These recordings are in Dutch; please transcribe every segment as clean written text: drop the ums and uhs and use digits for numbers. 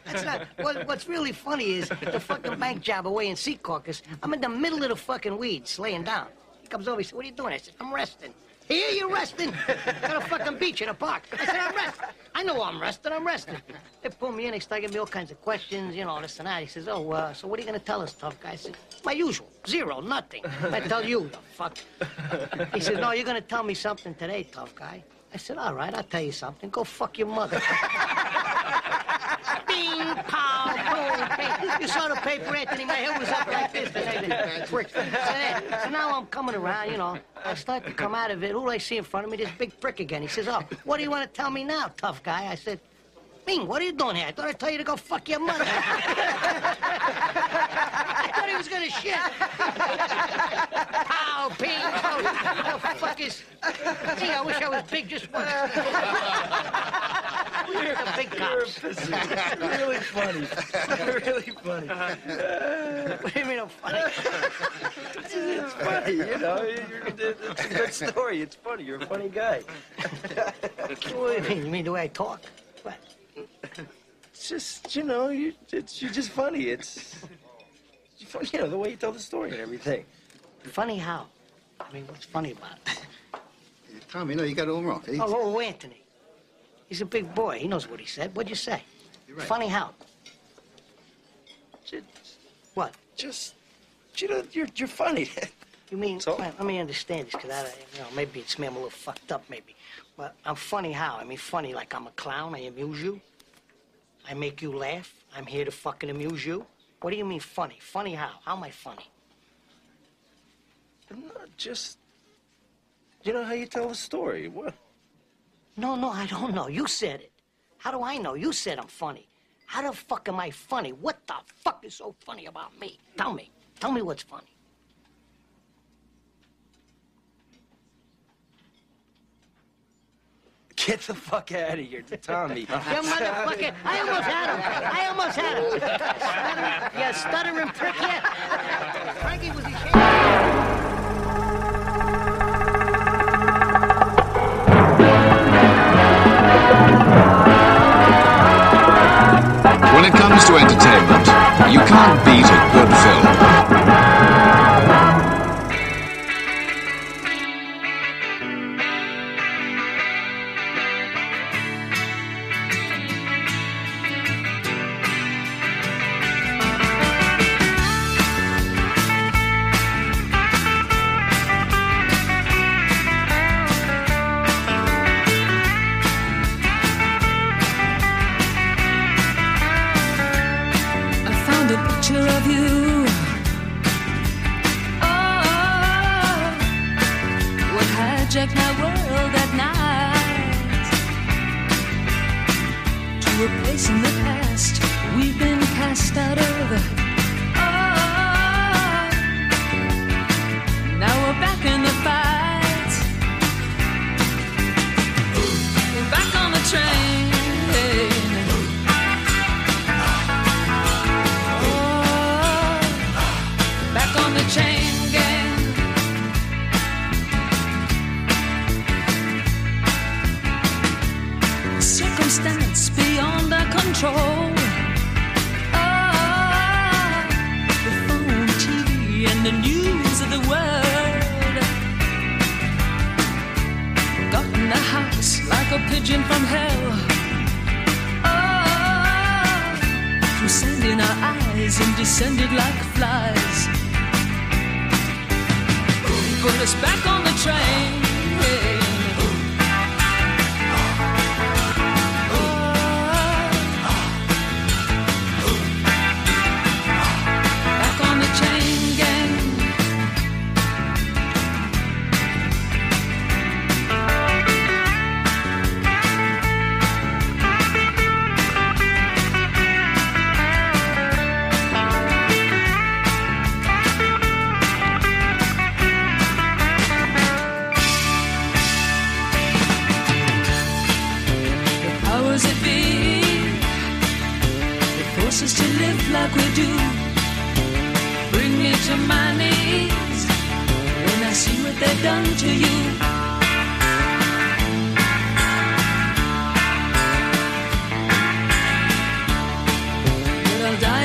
That's not. What's really funny is the fucking bank job away in Secaucus. I'm in the middle of the fucking weeds, laying down. He comes over, he said, "What are you doing?" I said, "I'm resting." "Here, you're resting?" "Got a fucking beach in a park." I said, "I'm resting." "I know I'm resting. I'm resting." They pull me in. They start giving me all kinds of questions, you know, this and that. He says, "Oh, so what are you going to tell us, tough guy?" I said, "My usual. Zero. Nothing. I tell you, the fuck." He says, "No, you're going to tell me something today, tough guy." I said, "All right, I'll tell you something. Go fuck your mother." Bing, pow, boom, bing. You saw the paper, Anthony. My head was up like this. So now I'm coming around, you know. I start to come out of it. Who do I see in front of me? This big prick again. He says, "Oh, what do you want to tell me now, tough guy?" I said, "Bing, what are you doing here? I thought I'd tell you to go fuck your mother." I thought he was going to shit. Pow, ping, pow. What the fuck is... Gee, I wish I was big just once. The big cops. Really funny. Really funny. What do you mean I'm funny? It's funny, you know. It's a good story. It's funny. You're a funny guy. What do you mean? You mean the way I talk? What? It's just, you know, you're just funny. It's, you know, the way you tell the story and everything. Funny how? I mean, what's funny about it? Tommy, no, you got it all wrong. Oh, Anthony. He's a big boy. He knows what he said. What'd you say? You're right. Funny how? What? Just, you know, you're funny. You mean, So? well, let me understand this, because you know, maybe it's me, I'm a little fucked up, maybe. But I'm funny how? I mean, funny like I'm a clown, I amuse you. I make you laugh. I'm here to fucking amuse you. What do you mean funny? Funny how? How am I funny? No, just, you know how you tell the story. What? No, I don't know. You said it. How do I know? You said I'm funny. How the fuck am I funny? What the fuck is so funny about me? Tell me. Tell me what's funny. Get the fuck out of here, Tommy. You motherfucker. I almost had him. You stuttering prick, yeah. Frankie was ashamed. When it comes to entertainment, you can't beat a good film.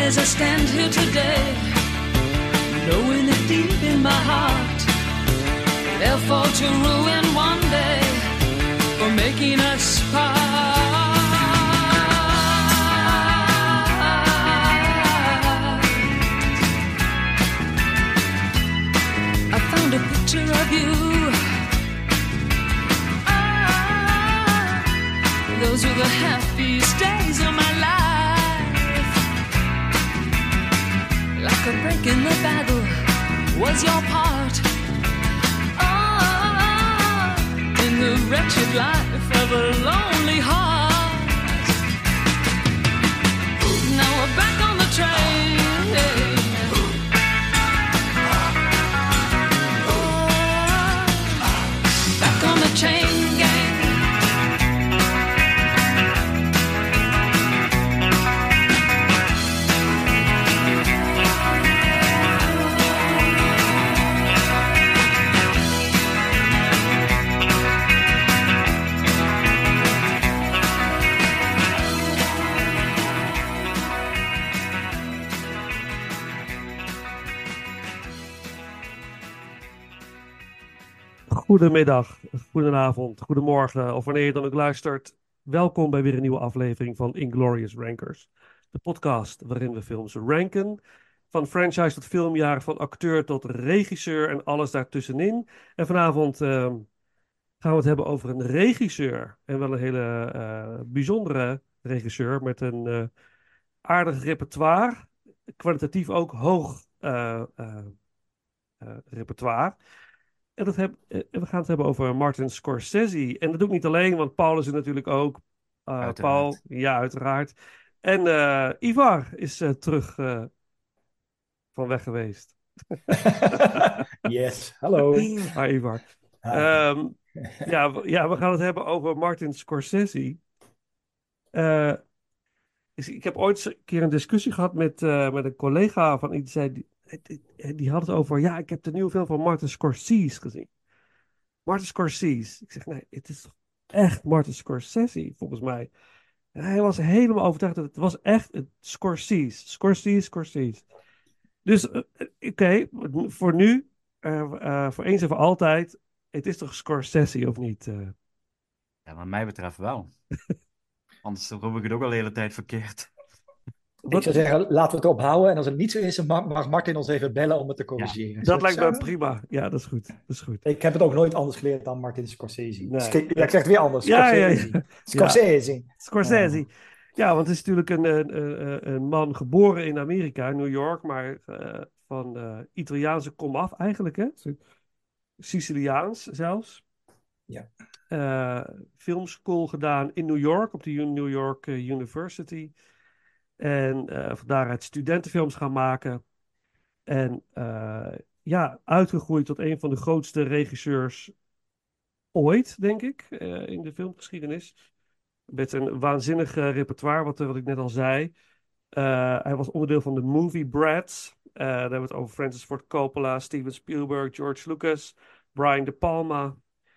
as I stand here today, knowing it deep in my heart, they'll fall to ruin one day for making us part. I found a picture of you. Those were the happiest days of my life. Like a break in the battle was your part. Oh, in the wretched life of a lonely heart. Now we're back on the train. Oh, back on the chain gang. Goedemiddag, goedenavond, goedemorgen of wanneer je dan ook luistert. Welkom bij weer een nieuwe aflevering van Inglorious Rankers. De podcast waarin we films ranken. Van franchise tot filmjaar, van acteur tot regisseur en alles daartussenin. En vanavond gaan we het hebben over een regisseur. En wel een hele bijzondere regisseur met een aardig repertoire. Kwalitatief ook hoog repertoire. En we gaan het hebben over Martin Scorsese. En dat doe ik niet alleen, want Paul is er natuurlijk ook. Paul, ja, uiteraard. En Ivar is terug van weg geweest. Yes, hallo. Hi Ivar. Ja, we gaan het hebben over Martin Scorsese. Ik heb ooit een keer een discussie gehad met een collega van iets. Die had het over, ja, ik heb de nieuwe film van Martin Scorsese gezien. Martin Scorsese. Ik zeg, nee, het is toch echt Martin Scorsese, volgens mij. En hij was helemaal overtuigd dat het was echt het Scorsese. Dus, oké, voor nu, voor eens en voor altijd, het is toch Scorsese, of niet? Ja, wat mij betreft wel. Anders roep ik het ook al de hele tijd verkeerd. Ik zou zeggen, laten we het erop houden. En als het niet zo is, mag Martin ons even bellen om het te corrigeren. Ja, dat lijkt me prima. Ja, dat is goed. Ik heb het ook nooit anders geleerd dan Martin Scorsese. Nee. Ik zeg het weer anders. Ja. Scorsese. Ja, want het is natuurlijk een man geboren in Amerika, New York, maar van Italiaanse komaf eigenlijk, hè? Siciliaans zelfs. Ja. Filmschool gedaan in New York, op de New York University. En van daaruit studentenfilms gaan maken. En uitgegroeid tot een van de grootste regisseurs ooit, denk ik, in de filmgeschiedenis. Met een waanzinnig repertoire, wat ik net al zei. Hij was onderdeel van de Movie Brats. Daar hebben we het over Francis Ford Coppola, Steven Spielberg, George Lucas, Brian De Palma.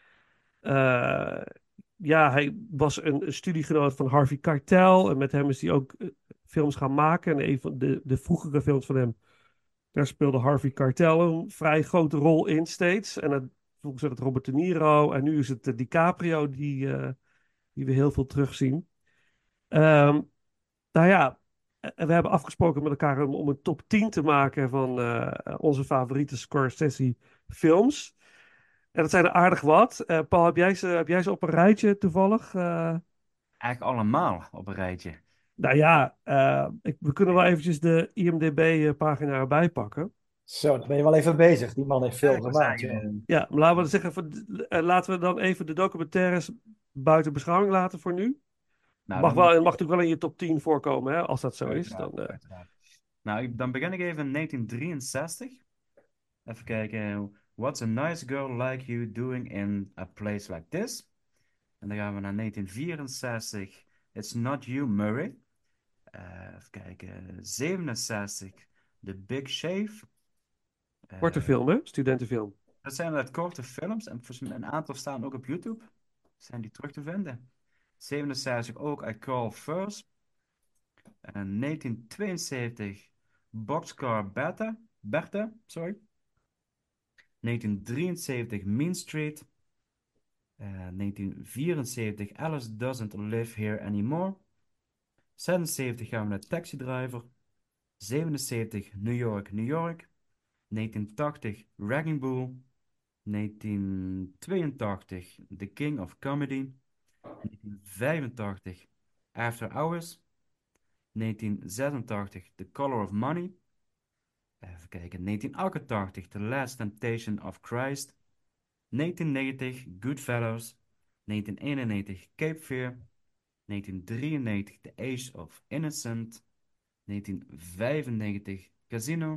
Hij was een studiegenoot van Harvey Keitel. En met hem is hij ook films gaan maken. En een van de vroegere films van hem, daar speelde Harvey Keitel een vrij grote rol in steeds. En volgens mij het Robert De Niro. En nu is het DiCaprio die we heel veel terugzien. We hebben afgesproken met elkaar om een top 10 te maken van onze favoriete Scorsese films. En dat zijn er aardig wat. Paul, heb jij ze op een rijtje toevallig? Eigenlijk allemaal op een rijtje. Nou ja, we kunnen wel eventjes de IMDb-pagina erbij pakken. Zo, dan ben je wel even bezig. Die man heeft veel gemaakt. Ja, maar laten we zeggen, laten we dan even de documentaires buiten beschouwing laten voor nu. Nou, mag natuurlijk wel in je top 10 voorkomen, hè, als dat zo is. Dan begin ik even in 1963. Even kijken. What's a nice girl like you doing in a place like this? En dan gaan we naar 1964. It's Not You, Murray. Even kijken. 67. The Big Shave. Korte film, hè? Studentenfilm. Dat zijn inderdaad korte films. En een aantal staan ook op YouTube. Zijn die terug te vinden. 67 ook I Call First. En 1972 Boxcar Bertha, sorry. 1973 Mean Street. 1974 Alice Doesn't Live Here Anymore. 76 gaan we naar Taxi Driver. 77 New York, New York. 1980 Wrecking Bull. 1982 The King of Comedy. 1985 After Hours. 1986 The Color of Money. Even kijken. 1988 The Last Temptation of Christ. 1990 Goodfellas. 1991 Cape Fear. 1993 The Age of Innocent. 1995 Casino.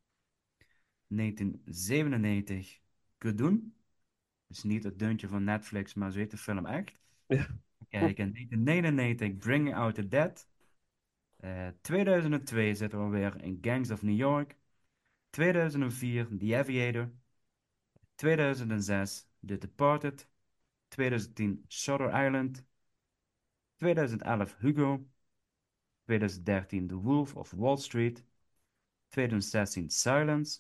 1997 Kudun. Dus niet het deuntje van Netflix, maar zo heet de film echt. Ja. Kijk, in 1999 Bringing Out the Dead. 2002 zitten we weer in Gangs of New York. 2004 The Aviator. 2006 The Departed. 2010 Shutter Island. 2011 Hugo. 2013 The Wolf of Wall Street. 2016 Silence.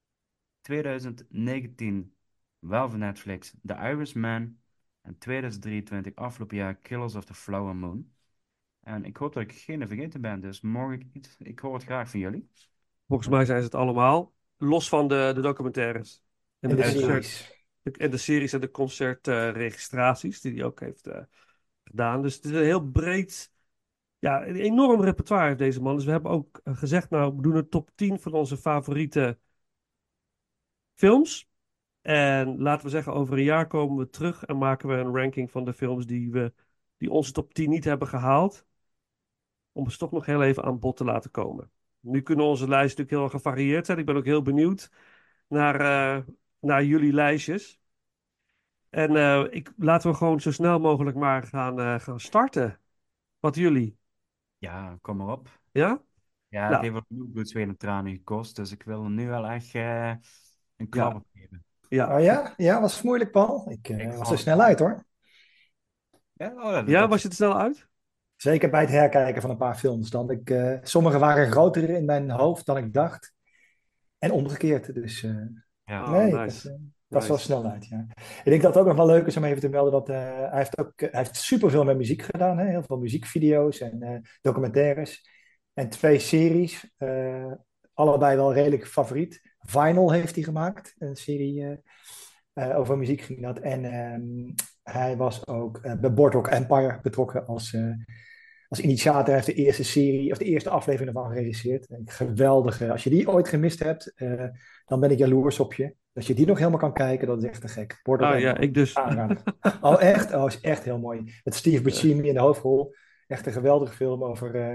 2019 wel van Netflix The Irishman. En 2023 afgelopen jaar Killers of the Flower Moon. En ik hoop dat ik geen vergeten ben, dus morgen ik hoor het graag van jullie. Volgens mij zijn ze het allemaal. Los van de documentaires. En de concert- series. En de series en de concertregistraties die hij ook heeft gedaan. Dus het is een heel breed, ja, een enorm repertoire heeft deze man. Dus we hebben ook gezegd, nou, we doen een top 10 van onze favoriete films. En laten we zeggen, over een jaar komen we terug en maken we een ranking van de films die onze top 10 niet hebben gehaald. Om ze toch nog heel even aan bod te laten komen. Nu kunnen onze lijsten natuurlijk heel erg gevarieerd zijn. Ik ben ook heel benieuwd naar jullie lijstjes. En laten we gewoon zo snel mogelijk maar gaan starten. Wat jullie? Ja, kom maar op. Ja? Ja, Nou. het heeft wat bloed, zweet en tranen gekost, dus ik wil er nu wel echt een klap op geven. Ja. Oh ja? Ja, was het moeilijk, Paul? Ik was er vond- snel uit, hoor. Ja, was je er snel uit? Zeker bij het herkijken van een paar films. Sommige waren groter in mijn hoofd dan ik dacht. En omgekeerd. Dus Ja. Oh, nee, nice. dat was wel Nice. snel uit, ja. Ik denk dat het ook nog wel leuk is om even te melden dat hij heeft superveel met muziek gedaan. Hè? Heel veel muziekvideo's en documentaires. En 2 series. Allebei wel redelijk favoriet. Vinyl heeft hij gemaakt. Een serie over muziek ging dat. En hij was ook bij Boardwalk Empire betrokken als initiator. Hij heeft de eerste serie, of de eerste aflevering ervan geregisseerd. Een geweldige. Als je die ooit gemist hebt, dan ben ik jaloers op je. Dat je die nog helemaal kan kijken, dat is echt te gek. Boardwalk Ah ja, Empire, ik dus. aanrader. Oh, echt? Oh, is echt heel mooi. Met Steve Buscemi in de hoofdrol. Echt een geweldige film over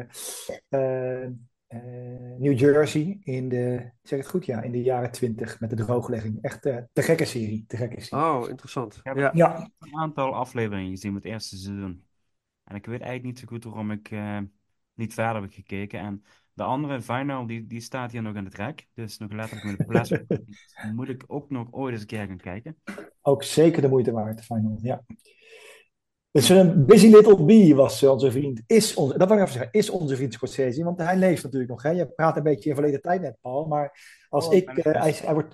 New Jersey in zeg ik het goed? Ja, in de jaren 20 met de drooglegging. Echt te gekke serie. Te gekke serie. Oh, interessant. Ja. Ja. Een aantal afleveringen gezien met het eerste seizoen. En ik weet eigenlijk niet zo goed waarom ik niet verder heb gekeken. En de andere, Vinyl, die staat hier nog in het rek. Dus nog letterlijk met de plastic. Moet ik ook nog ooit eens een keer gaan kijken. Ook zeker de moeite waard, Final. Ja. Dus Busy Little Bee was onze vriend. Dat wil ik even zeggen, is onze vriend Scorsese. Want hij leeft natuurlijk nog. Hè? Je praat een beetje in verleden tijd net, Paul. Maar als hij wordt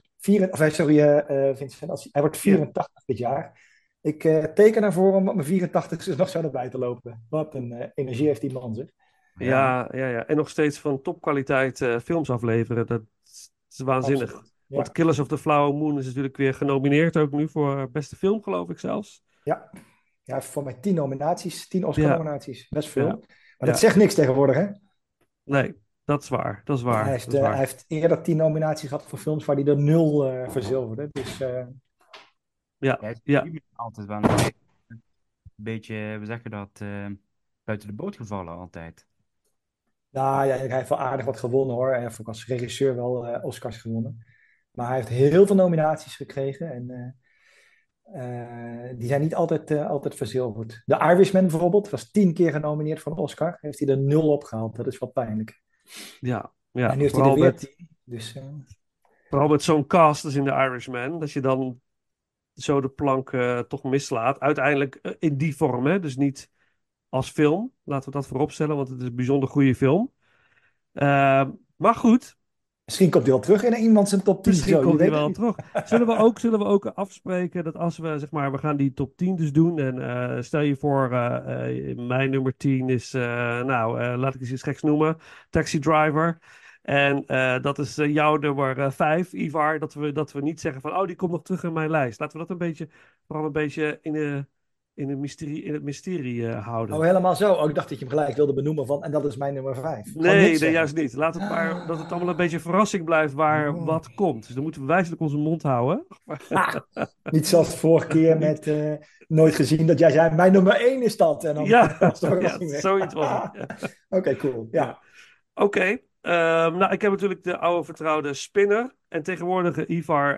84 dit jaar. Ik teken ervoor om op mijn 84ste nog zo erbij te lopen. Wat een energie heeft die man, zeg. Ja. En nog steeds van topkwaliteit films afleveren. Dat is waanzinnig. Absoluut. Ja. Want Killers of the Flower Moon is natuurlijk weer genomineerd ook nu voor beste film, geloof ik zelfs. Ja, hij heeft voor mij 10 nominaties. 10 Oscar-nominaties. Best veel. Ja. Maar dat zegt niks tegenwoordig, hè? Nee, dat is waar. Dat is waar. Hij Dat is waar. heeft eerder 10 nominaties gehad voor films waar hij er 0 verzilverde. Dus Ja. Hij is Ja. altijd wel een beetje, we zeggen dat, buiten de boot gevallen altijd. nou ja, hij heeft wel aardig wat gewonnen, hoor. Hij heeft ook als regisseur wel Oscars gewonnen. Maar hij heeft heel veel nominaties gekregen. En die zijn niet altijd verzilverd. The Irishman bijvoorbeeld was 10 keer genomineerd voor een Oscar. Heeft hij er 0 op gehaald. Dat is wel pijnlijk. Ja. En nu heeft hij Vooral er weer met, 10. Dus vooral met zo'n cast als in The Irishman. Dat je dan zo de plank toch mislaat. Uiteindelijk in die vorm, hè. Dus niet als film. Laten we dat vooropstellen, want het is een bijzonder goede film. Maar goed, Misschien komt hij wel terug in iemand zijn top 10. misschien Zo, je komt hij weet het wel niet. terug. Zullen we ook afspreken dat als we, zeg maar, we gaan die top 10 dus doen. En stel je voor, mijn nummer 10 is, laat ik eens iets geks noemen. Taxi Driver. En dat is jouw nummer 5, Ivar. Dat we niet zeggen van, oh, die komt nog terug in mijn lijst. Laten we dat vooral een beetje in het mysterie houden. Oh, helemaal zo. Oh, ik dacht dat je hem gelijk wilde benoemen van, en dat is mijn nummer 5. Gewoon Nee, niet nee, zeggen. juist niet. Laat het maar dat het allemaal een beetje verrassing blijft waar wat komt. Dus dan moeten we wijselijk onze mond houden. Niet zoals de vorige keer met nooit gezien dat jij zei, mijn nummer 1 is dat. En dan Ja, was de ja, verrassing weg. zoiets was het. Ja. Oké, cool. Ja. Oké, nou, ik heb natuurlijk de oude vertrouwde Spinner. En tegenwoordig, Ivar,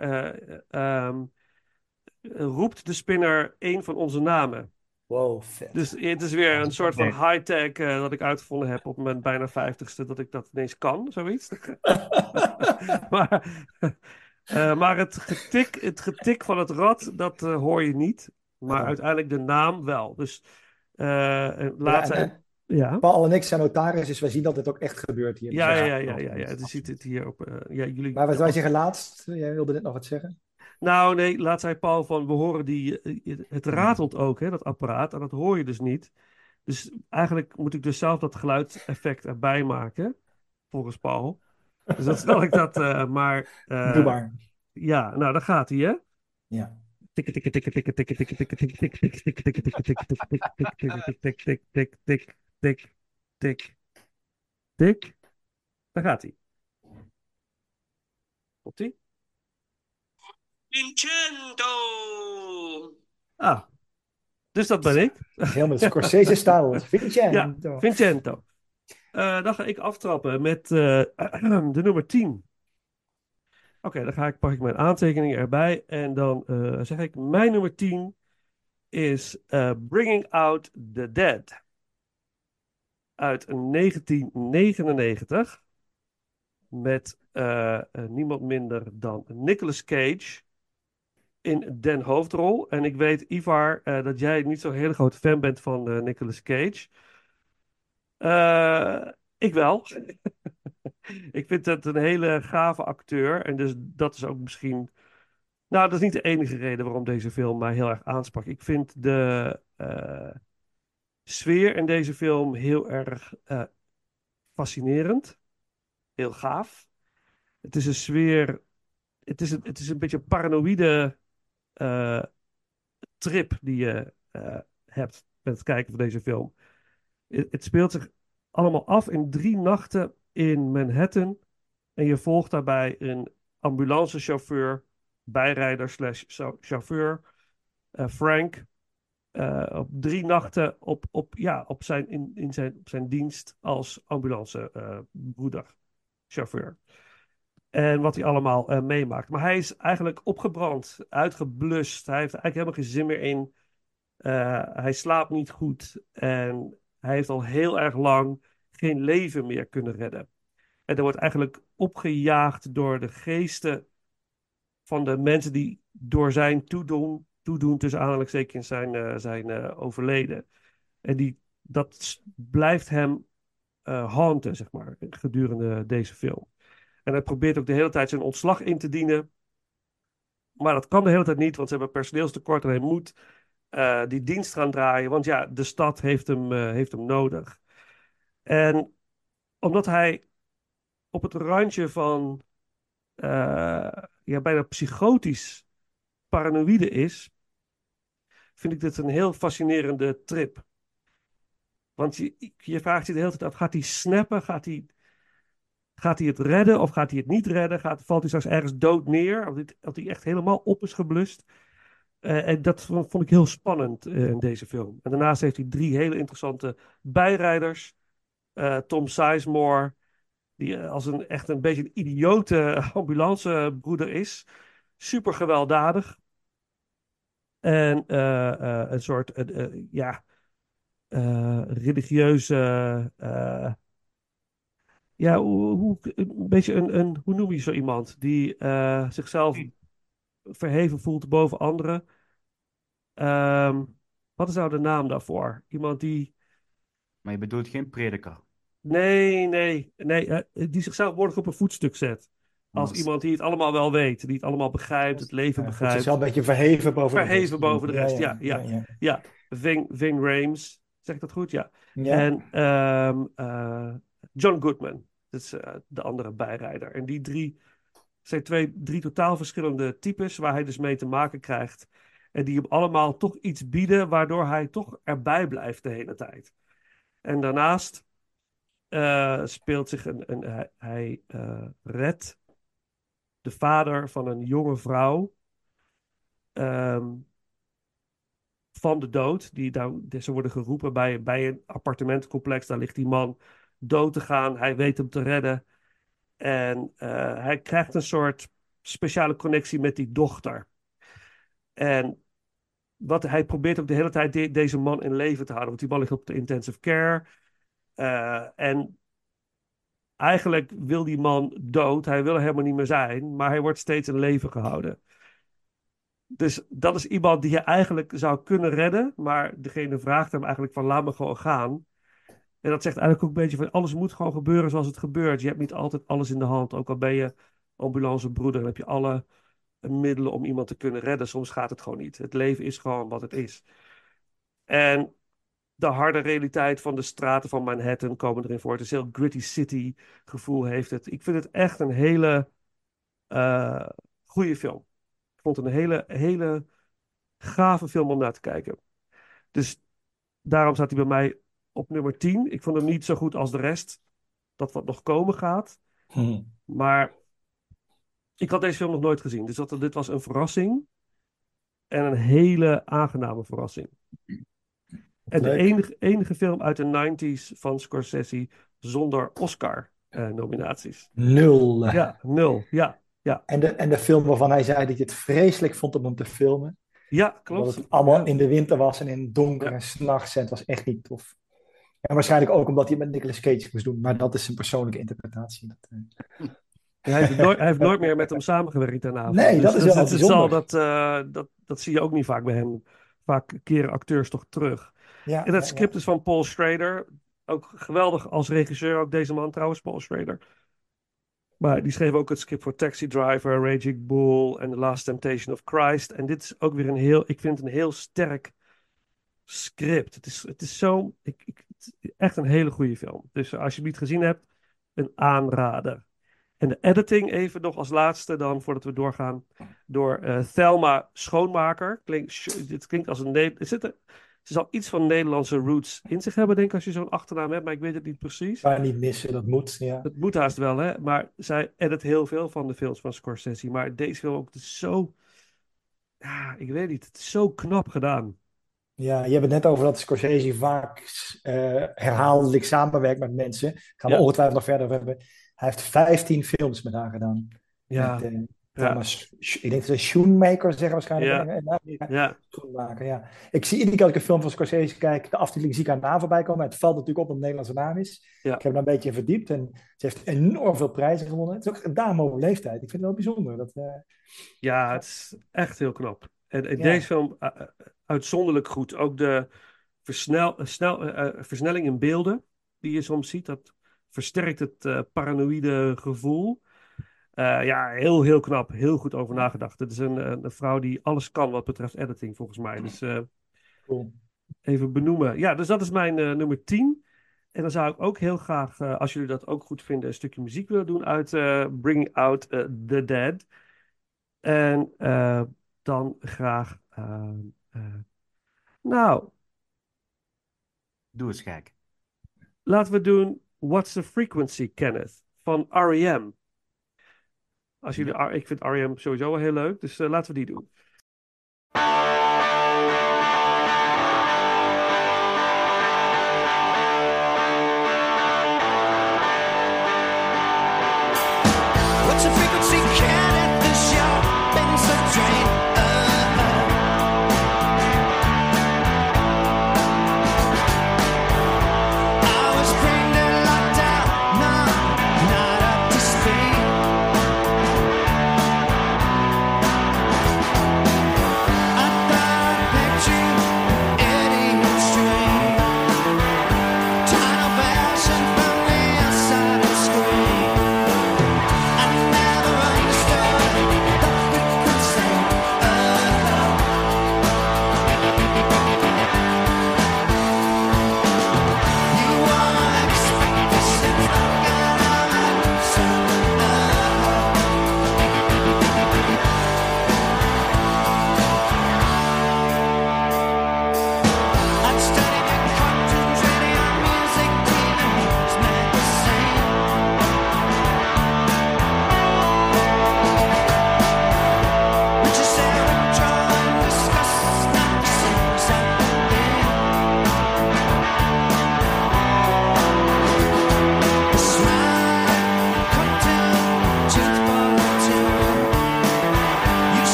roept de Spinner een van onze namen. Wow, vet. Dus het is weer een soort van high-tech dat ik uitgevonden heb op mijn bijna 50ste, dat ik dat ineens kan, zoiets. maar maar het getik van het rad, dat hoor je niet. Maar Oh. uiteindelijk de naam wel. Dus Ja, laat zijn... Ja. Paul en ik zijn notaris, dus wij zien dat het ook echt gebeurt hier. Ja, Dus ja. Je ziet het hier op... ja, jullie... Maar wat wij zeggen laatst, jij wilde net nog wat zeggen? Nou, nee, laat zei Paul van, we horen het ratelt ook, hè, dat apparaat, en dat hoor je dus niet. Dus eigenlijk moet ik dus zelf dat geluidseffect erbij maken, volgens Paul. Dus dan stel ik dat maar... Doe maar. Ja, nou, daar gaat hij, hè? Ja. Tikken, tikken, tikken, tikken, tikken, tikken, tikken, tikken, tikken, tikken, tikken, tikken, tikken, tikken, tikken, tikken, tik, tik, tik, tik, tik. Daar gaat hij. Komt-ie? Nintendo! Ah, dus dat ben ik. Helemaal Scorsese-stijl. Ja, Vincenzo. Dan ga ik aftrappen met de nummer 10. Oké, pak ik mijn aantekeningen erbij. En dan zeg ik, mijn nummer 10 is Bringing Out the Dead. Uit 1999. Met niemand minder dan Nicolas Cage in den hoofdrol. En ik weet, Ivar, dat jij niet zo'n hele grote fan bent van Nicolas Cage. Ik wel. Ik vind het een hele gave acteur. En dus dat is ook misschien... Nou, dat is niet de enige reden waarom deze film mij heel erg aansprak. Ik vind de sfeer in deze film heel erg fascinerend. Heel gaaf. Het is een sfeer... Het is een beetje een paranoïde trip die je hebt met het kijken van deze film. Het speelt zich allemaal af in 3 nachten in Manhattan. En je volgt daarbij een ambulancechauffeur, bijrijder slash chauffeur, Frank. Op 3 nachten op zijn dienst als ambulancebroeder, chauffeur. En wat hij allemaal meemaakt. Maar hij is eigenlijk opgebrand, uitgeblust. Hij heeft eigenlijk helemaal geen zin meer in. Hij slaapt niet goed. En hij heeft al heel erg lang geen leven meer kunnen redden. En er wordt eigenlijk opgejaagd door de geesten van de mensen die door zijn toedoen tussen aanhalingstekens zijn overleden. En dat blijft hem haunten, zeg maar, gedurende deze film. En hij probeert ook de hele tijd zijn ontslag in te dienen. Maar dat kan de hele tijd niet, want ze hebben personeelstekort en hij moet die dienst gaan draaien. Want ja, de stad heeft hem nodig. En omdat hij op het randje van bijna psychotisch paranoïde is, vind ik dit een heel fascinerende trip. Want je vraagt je de hele tijd af, gaat hij snappen? Gaat hij het redden of gaat hij het niet redden? Valt hij straks ergens dood neer? Of hij echt helemaal op is geblust? En dat vond ik heel spannend in deze film. En daarnaast heeft hij 3 hele interessante bijrijders. Tom Sizemore, die als echt een beetje een idiote ambulancebroeder is. Super gewelddadig. En een soort religieuze... een beetje hoe noem je zo iemand? Die zichzelf verheven voelt boven anderen. Wat is nou de naam daarvoor? Iemand die Maar je bedoelt geen prediker. Nee. Die zichzelf behoorlijk op een voetstuk zet. Als Mas- iemand die het allemaal wel weet. Die het allemaal begrijpt, het leven Voelt begrijpt. zichzelf een beetje verheven boven de rest. Verheven boven de rest, ja. Ja. Ving Rhames, zeg ik dat goed? Ja. Ja. En John Goodman, dat is de andere bijrijder. En die zijn drie totaal verschillende types waar hij dus mee te maken krijgt. En die hem allemaal toch iets bieden, waardoor hij toch erbij blijft de hele tijd. En daarnaast speelt zich hij redt de vader van een jonge vrouw van de dood. Ze worden geroepen bij een appartementencomplex. Daar ligt die man dood te gaan. Hij weet hem te redden. En hij krijgt een soort speciale connectie met die dochter. En hij probeert ook de hele tijd deze man in leven te houden. Want die man ligt op de intensive care. En eigenlijk wil die man dood. Hij wil er helemaal niet meer zijn. Maar hij wordt steeds in leven gehouden. Dus dat is iemand die je eigenlijk zou kunnen redden. Maar degene vraagt hem eigenlijk van laat me gewoon gaan. En dat zegt eigenlijk ook een beetje van alles moet gewoon gebeuren zoals het gebeurt. Je hebt niet altijd alles in de hand. Ook al ben je ambulancebroeder, dan heb je alle middelen om iemand te kunnen redden. Soms gaat het gewoon niet. Het leven is gewoon wat het is. En de harde realiteit van de straten van Manhattan komen erin voor. Het is een heel gritty city gevoel heeft het. Ik vind het echt een hele goede film. Ik vond het een hele gave film om naar te kijken. Dus daarom staat hij bij mij op nummer 10. Ik vond hem niet zo goed als de rest. Dat wat nog komen gaat. Maar ik had deze film nog nooit gezien. Dus dit was een verrassing. En een hele aangename verrassing. En de enige film uit de 90s van Scorsese zonder Oscar-nominaties. 0. Ja, 0. Ja. En de film waarvan hij zei dat je het vreselijk vond om hem te filmen. Ja, klopt. Dat het allemaal in de winter was en in het donker en 's nachts. En het was echt niet tof. En waarschijnlijk ook omdat hij het met Nicolas Cage moest doen. Maar dat is een persoonlijke interpretatie. Hij heeft nooit meer met hem samengewerkt daarna. Nee, dat is wel bijzonder. Dat zie je ook niet vaak bij hem. Vaak keren acteurs toch terug. Ja, en het script is van Paul Schrader. Ook geweldig als regisseur. Ook deze man trouwens, Paul Schrader. Maar die schreef ook het script voor Taxi Driver, Raging Bull en The Last Temptation of Christ. En dit is ook weer ik vind het een heel sterk script. Het is zo... echt een hele goede film. Dus als je het niet gezien hebt, een aanrader. En de editing even nog als laatste dan, voordat we doorgaan, door Thelma Schoonmaker. Dit klinkt als een... Ze zal iets van Nederlandse roots in zich hebben, denk ik, als je zo'n achternaam hebt, maar ik weet het niet precies. Maar niet missen, dat moet, ja. Dat moet haast wel, hè. Maar zij edit heel veel van de films van Scorsese. Maar deze film ook, het is zo... Ja, ik weet niet. Het is zo knap gedaan. Ja, je hebt het net over dat Scorsese vaak herhaaldelijk samenwerkt met mensen. Daar gaan we ongetwijfeld nog verder over hebben. Hij heeft 15 films met haar gedaan. Ja. Thomas, ik denk dat ze Schoenmaker zeggen waarschijnlijk. Schoenmaker, ja. Ik zie iedere keer als ik een film van Scorsese kijk, de aftiteling zie ik haar naam voorbij komen. Het valt natuurlijk op dat het een Nederlandse naam is. Ja. Ik heb er een beetje in verdiept en ze heeft enorm veel prijzen gewonnen. Het is ook een dame op leeftijd. Ik vind het wel bijzonder. Ja, het is echt heel knap. En deze film uitzonderlijk goed. Ook de versnelling in beelden die je soms ziet, dat versterkt het paranoïde gevoel. Heel knap. Heel goed over nagedacht. Het is een vrouw die alles kan wat betreft editing, volgens mij. Dus cool. Even benoemen. Ja, dus dat is mijn nummer 10. En dan zou ik ook heel graag, als jullie dat ook goed vinden, een stukje muziek willen doen uit Bringing Out the Dead. En dan graag... Doe eens gek. Laten we doen What's the Frequency, Kenneth? Van R.E.M. Ik vind R.E.M. sowieso wel heel leuk, dus laten we die doen. What's the frequency, Kenneth? The shopping's a drain. Time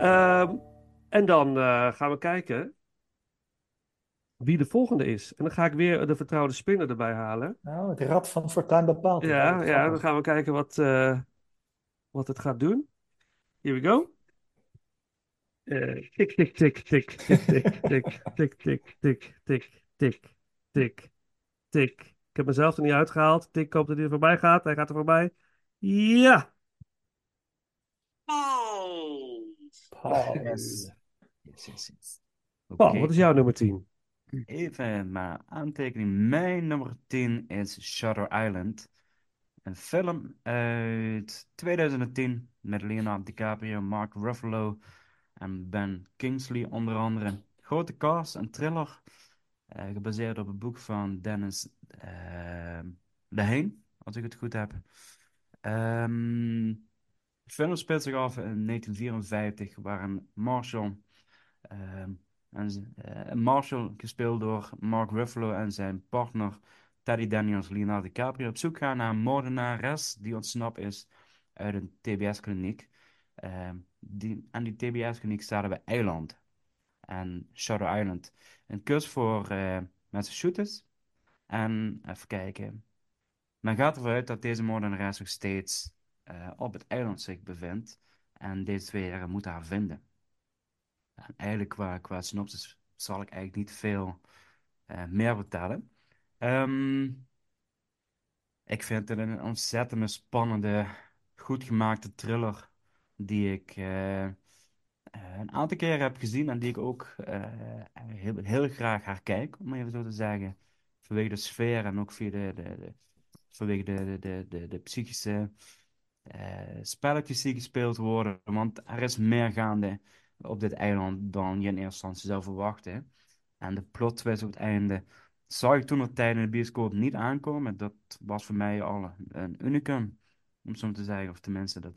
Ehm, en dan gaan we kijken wie de volgende is. En dan ga ik weer de vertrouwde spinner erbij halen. Nou, het rad van fortuin bepaalt het. Ja, Altijd ja, dan grappig. gaan we kijken wat het gaat doen. Here we go. Tik, tik, tik, tik, tik, tik, tik, tik, tik, tik, tik, tik, tik, tik. Ik heb mezelf er niet uitgehaald. Ik hoop dat hij er voorbij gaat. Hij gaat er voorbij. Ja! Paul. Yes. Yes, yes, yes. Paul, Oké, wat is jouw nummer 10? even mijn aantekening. Mijn nummer 10 is Shutter Island. Een film uit 2010 met Leonardo DiCaprio, Mark Ruffalo en Ben Kingsley onder andere. Grote cast, een thriller, gebaseerd op het boek van Dennis Lehane, als ik het goed heb. De film speelt zich af in 1954, waarin Marshall, ehm, Marshall, gespeeld door Mark Ruffalo en zijn partner Teddy Daniels, Leonardo DiCaprio, op zoek gaan naar een moordenares die ontsnapt is uit een TBS-kliniek. Die TBS-kliniek staat op een eiland. En Shutter Island. Een kus voor Massachusetts. En even kijken. Men gaat ervan uit dat deze moordenares nog steeds op het eiland zich bevindt. En deze twee heren moeten haar vinden. En eigenlijk qua synopsis zal ik eigenlijk niet veel meer vertellen. Ehm, ik vind het een ontzettend spannende, goed gemaakte thriller die ik een aantal keren heb gezien en die ik ook heel graag herkijk, om even zo te zeggen. Vanwege de sfeer en ook vanwege de psychische spelletjes die gespeeld worden. Want er is meer gaande op dit eiland dan je in eerste instantie zou verwachten. En de plot twist op het einde zag ik toen nog tijd in de bioscoop niet aankomen. Dat was voor mij al een unicum, om zo te zeggen. Of tenminste, dat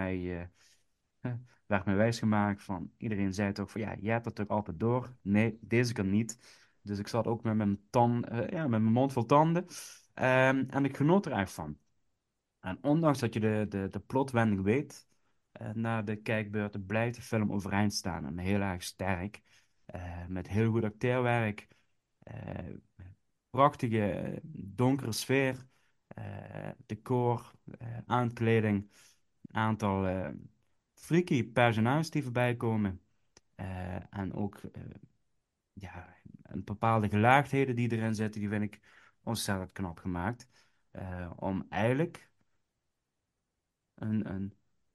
werd mij wijsgemaakt van iedereen zei toch van ja, jij hebt dat toch altijd door. Nee, deze keer niet. Dus ik zat ook met met mijn mond vol tanden. En ik genoot er echt van. En ondanks dat je de plotwending weet, na de kijkbeurten blijft de film overeind staan. En heel erg sterk. Met heel goed acteerwerk. eh, Prachtige, donkere sfeer. Decor, aankleding. Aantal freaky personages die voorbij komen. En ook ja, een bepaalde gelaagdheden die erin zitten, die vind ik ontzettend knap gemaakt. Om eigenlijk een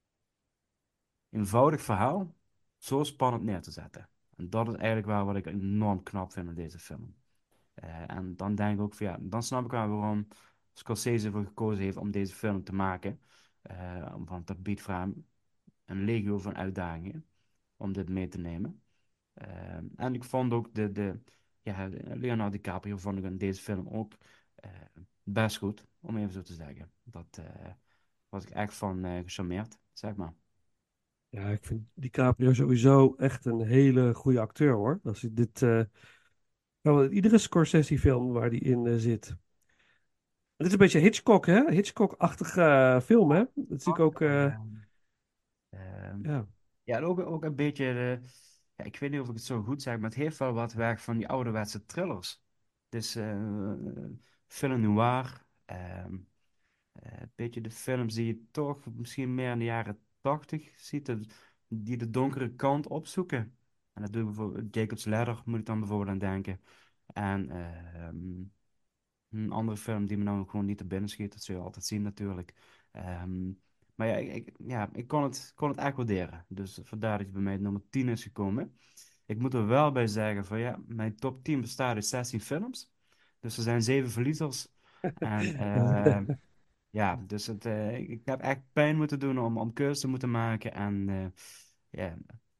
eenvoudig verhaal zo spannend neer te zetten. En dat is eigenlijk wel wat ik enorm knap vind in deze film. En dan denk ik ook van ja, dan snap ik wel waarom Scorsese ervoor gekozen heeft om deze film te maken. Want dat biedt voor hem een legio van uitdagingen om dit mee te nemen. En ik vond ook Leonardo DiCaprio vond ik in deze film ook best goed, om even zo te zeggen. Dat was ik echt van gecharmeerd, zeg maar. Ja, ik vind DiCaprio sowieso echt een hele goede acteur, hoor. Als ik dit... iedere Scorsese-film waar die in zit. Het is een beetje Hitchcock, hè? Hitchcock-achtige film, hè? Dat is natuurlijk ook... Ehm, ja. ja, en ook een beetje, ja, ik weet niet of ik het zo goed zeg, maar het heeft wel wat weg van die ouderwetse thrillers. Dus film noir, een beetje de films die je toch misschien meer in de jaren 80 ziet, die de donkere kant opzoeken. En dat doe ik bijvoorbeeld, Jacob's Ladder moet ik dan bijvoorbeeld aan denken. En een andere film die me nou gewoon niet te binnen schiet, dat zul je altijd zien natuurlijk. Ehm, maar ik kon het echt waarderen. Dus vandaar dat je bij mij nummer 10 is gekomen. Ik moet er wel bij zeggen van ja, mijn top 10 bestaat uit 16 films. Dus er zijn 7 verliezers. En ja, dus ik heb echt pijn moeten doen om keuzes te moeten maken. En ja,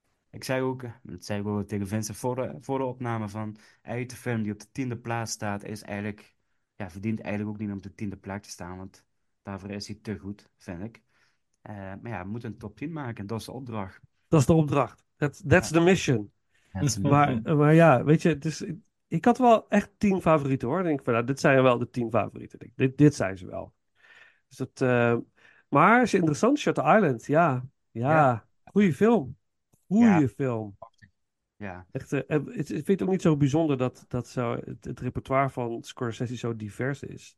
dat zei ik ook tegen Vincent voor de opname van, eigenlijk de film die op de 10e plaats staat, is eigenlijk, ja, verdient eigenlijk ook niet om op de 10e plek te staan, want daarvoor is hij te goed, vind ik. Maar ja, we moeten een top 10 maken, dat is de opdracht. Dat is de opdracht. That's the mission. Maar ja, weet je, dus, ik had wel echt 10 favorieten, hoor. Ik denk van, nou, dit zijn wel de 10 favorieten. Ik denk, dit zijn ze wel. Dus maar is interessant, Shutter Island. Ja, Ja, ja, goede film. goede film. Ja. Echt, ik vind het ook niet zo bijzonder dat het repertoire van Scorsese zo divers is.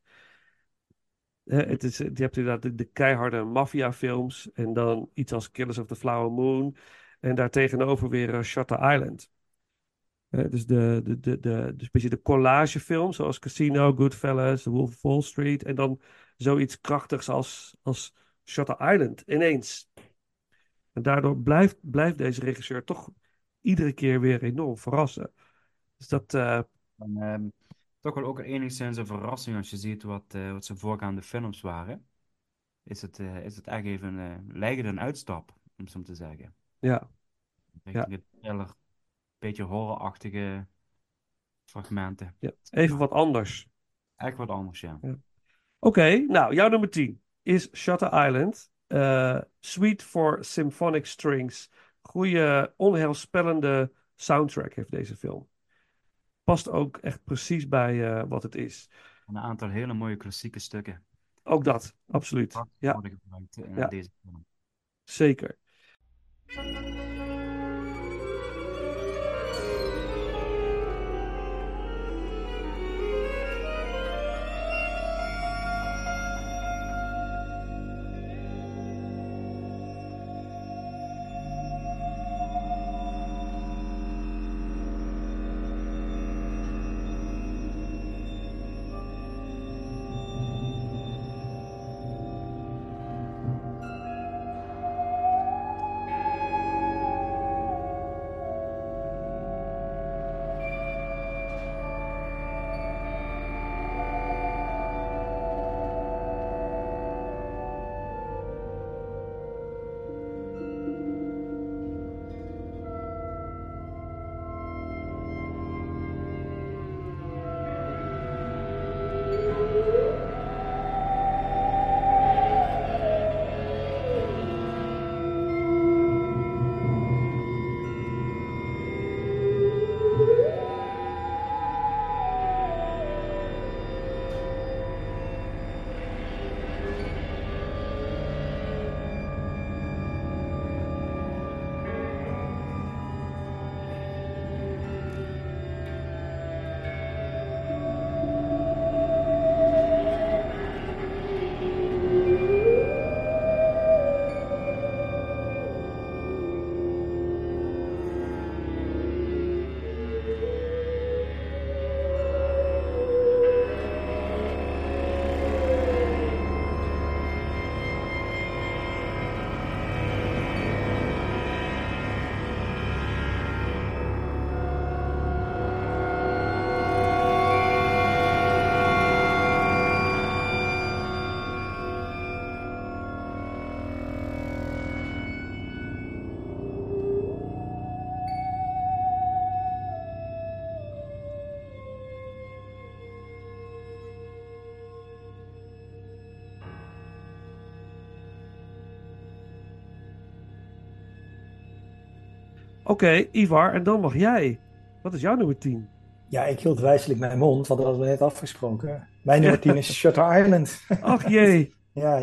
Je hebt inderdaad de keiharde maffiafilms en dan iets als Killers of the Flower Moon en daartegenover weer Shutter Island. Dus dus een beetje de collagefilms zoals Casino, Goodfellas, The Wolf of Wall Street en dan zoiets krachtigs als Shutter Island ineens. En daardoor blijft deze regisseur toch iedere keer weer enorm verrassen. Dus dat... En, toch wel ook enigszins een verrassing als je ziet wat zijn voorgaande films waren. Is het echt even lijkt een uitstap, om zo te zeggen. Ja. Richting het thriller, beetje horrorachtige fragmenten. Ja. Even wat anders. Echt wat anders, ja. Oké, nou, jouw nummer 10 is Shutter Island. Suite for Symphonic Strings. Goeie, onheilspellende soundtrack heeft deze film. Past ook echt precies bij wat het is. Een aantal hele mooie klassieke stukken. Ook dat, absoluut. Ja. Worden gebruikt in deze film. Zeker. Oké, Ivar, en dan mag jij. Wat is jouw nummer 10? Ja, ik hield wijselijk mijn mond, want dat hadden we net afgesproken. Mijn nummer 10 is Shutter Island. Ach jee. Ja.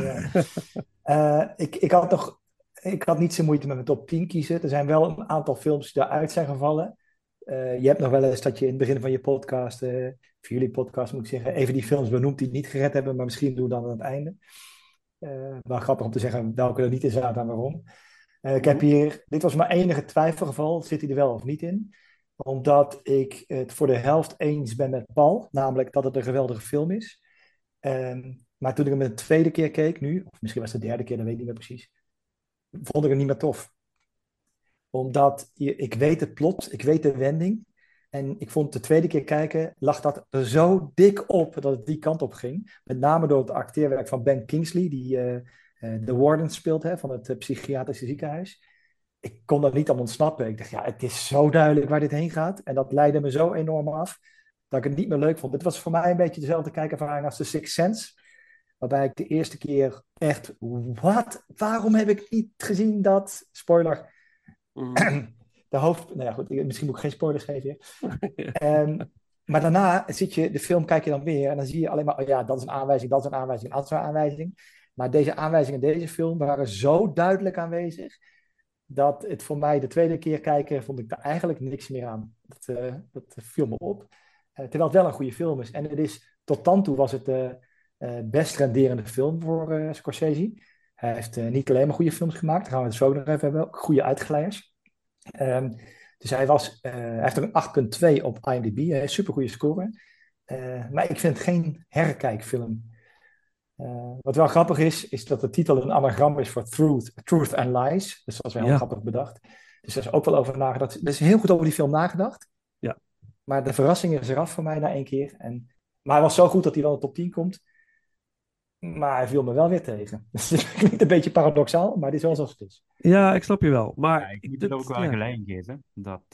Ik had niet zo moeite met mijn top 10 kiezen. Er zijn wel een aantal films die eruit zijn gevallen. Je hebt nog wel eens dat je in het begin van je podcast, voor jullie podcast moet ik zeggen, even die films benoemt die het niet gered hebben, maar misschien doen we dan aan het einde. Wel grappig om te zeggen welke er niet in zaten en waarom. Ik heb hier, dit was mijn enige twijfelgeval, zit hij er wel of niet in? Omdat ik het voor de helft eens ben met Paul, namelijk dat het een geweldige film is. Maar toen ik hem de tweede keer keek nu, of misschien was het de derde keer, dat weet ik niet meer precies, vond ik hem niet meer tof. Omdat ik weet het plot, ik weet de wending. En ik vond de tweede keer kijken, lag dat er zo dik op dat het die kant op ging. Met name door het acteerwerk van Ben Kingsley, die de warden speelt van het psychiatrische ziekenhuis. Ik kon daar niet aan ontsnappen. Ik dacht, ja, het is zo duidelijk waar dit heen gaat. En dat leidde me zo enorm af, dat ik het niet meer leuk vond. Het was voor mij een beetje dezelfde kijkervaring als The Sixth Sense. Waarbij ik de eerste keer echt, wat? Waarom heb ik niet gezien dat, spoiler, de hoofd... Nou ja, goed, misschien moet ik geen spoilers geven hier. Maar daarna de film kijk je dan weer en dan zie je alleen maar, oh ja, dat is een aanwijzing, dat is een aanwijzing, dat is een aanwijzing. Maar deze aanwijzingen in deze film waren zo duidelijk aanwezig, dat het voor mij de tweede keer kijken, vond ik daar eigenlijk niks meer aan. Dat viel me op. Terwijl het wel een goede film is. En het is, tot dan toe was het de best renderende film voor Scorsese. Hij heeft niet alleen maar goede films gemaakt, daar gaan we het zo nog even hebben, ook goede uitglijers. Dus hij heeft er een 8,2 op IMDb, een supergoeie score. Maar ik vind het geen herkijkfilm. Wat wel grappig is dat de titel een anagram is voor Truth and Lies. Dus dat is wel heel grappig bedacht. Dus daar is ook wel over nagedacht. Er is heel goed over die film nagedacht. Ja. Maar de verrassing is eraf voor mij na 1 keer. Maar hij was zo goed dat hij wel in de top 10 komt. Maar hij viel me wel weer tegen. Dus het klinkt een beetje paradoxaal, maar dit is wel zoals het is. Ja, ik snap je wel. Maar Ja, ik moet je er ook wel gelijk in geven.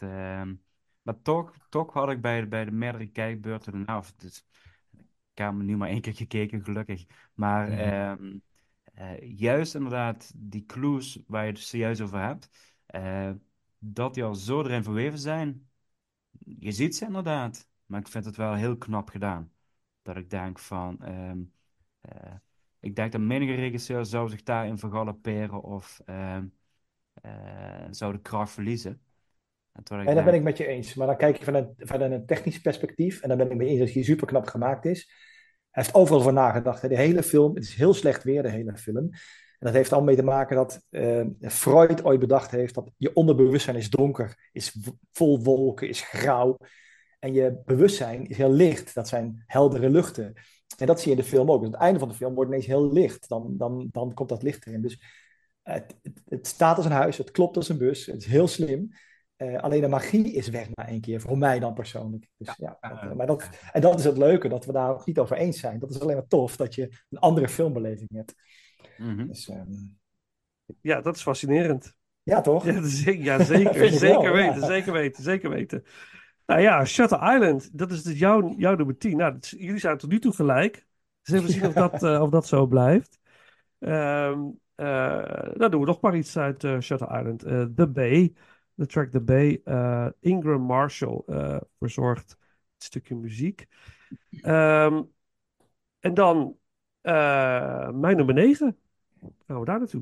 Maar toch had ik bij de meerdere kijkbeurten daarna, ik heb hem nu maar 1 keer gekeken, gelukkig. Maar juist inderdaad die clues waar je het zojuist over hebt, dat die al zo erin verweven zijn, je ziet ze inderdaad. Maar ik vind het wel heel knap gedaan. Dat ik denk van, ik denk dat menige regisseur zou zich daarin vergalopperen of zou de kracht verliezen. En daar ben ik met je eens. Maar dan kijk je vanuit een technisch perspectief. En dan ben ik mee eens dat hij super knap gemaakt is. Hij heeft overal voor nagedacht. Hè. De hele film, het is heel slecht weer, de hele film. En dat heeft al mee te maken dat Freud ooit bedacht heeft dat je onderbewustzijn is donker, is vol wolken, is grauw. En je bewustzijn is heel licht. Dat zijn heldere luchten. En dat zie je in de film ook. Dus aan het einde van de film wordt het ineens heel licht. Dan komt dat licht erin. Dus het staat als een huis, het klopt als een bus. Het is heel slim. Alleen de magie is weg na 1 keer, voor mij dan persoonlijk. Dus, en dat is het leuke, dat we daar ook niet over eens zijn. Dat is alleen maar tof, dat je een andere filmbeleving hebt. Dus, ja, dat is fascinerend. Ja, toch? Ja, zeker. Zeker weten. Nou ja, Shutter Island, dat is dus jouw nummer 10. Nou, jullie zijn tot nu toe gelijk. Dus even zien of dat zo blijft. Dan doen we nog maar iets uit Shutter Island. The Bay, de track The Bay. Ingram Marshall verzorgt het stukje muziek. En dan mijn nummer 9. Gaan we daar naartoe.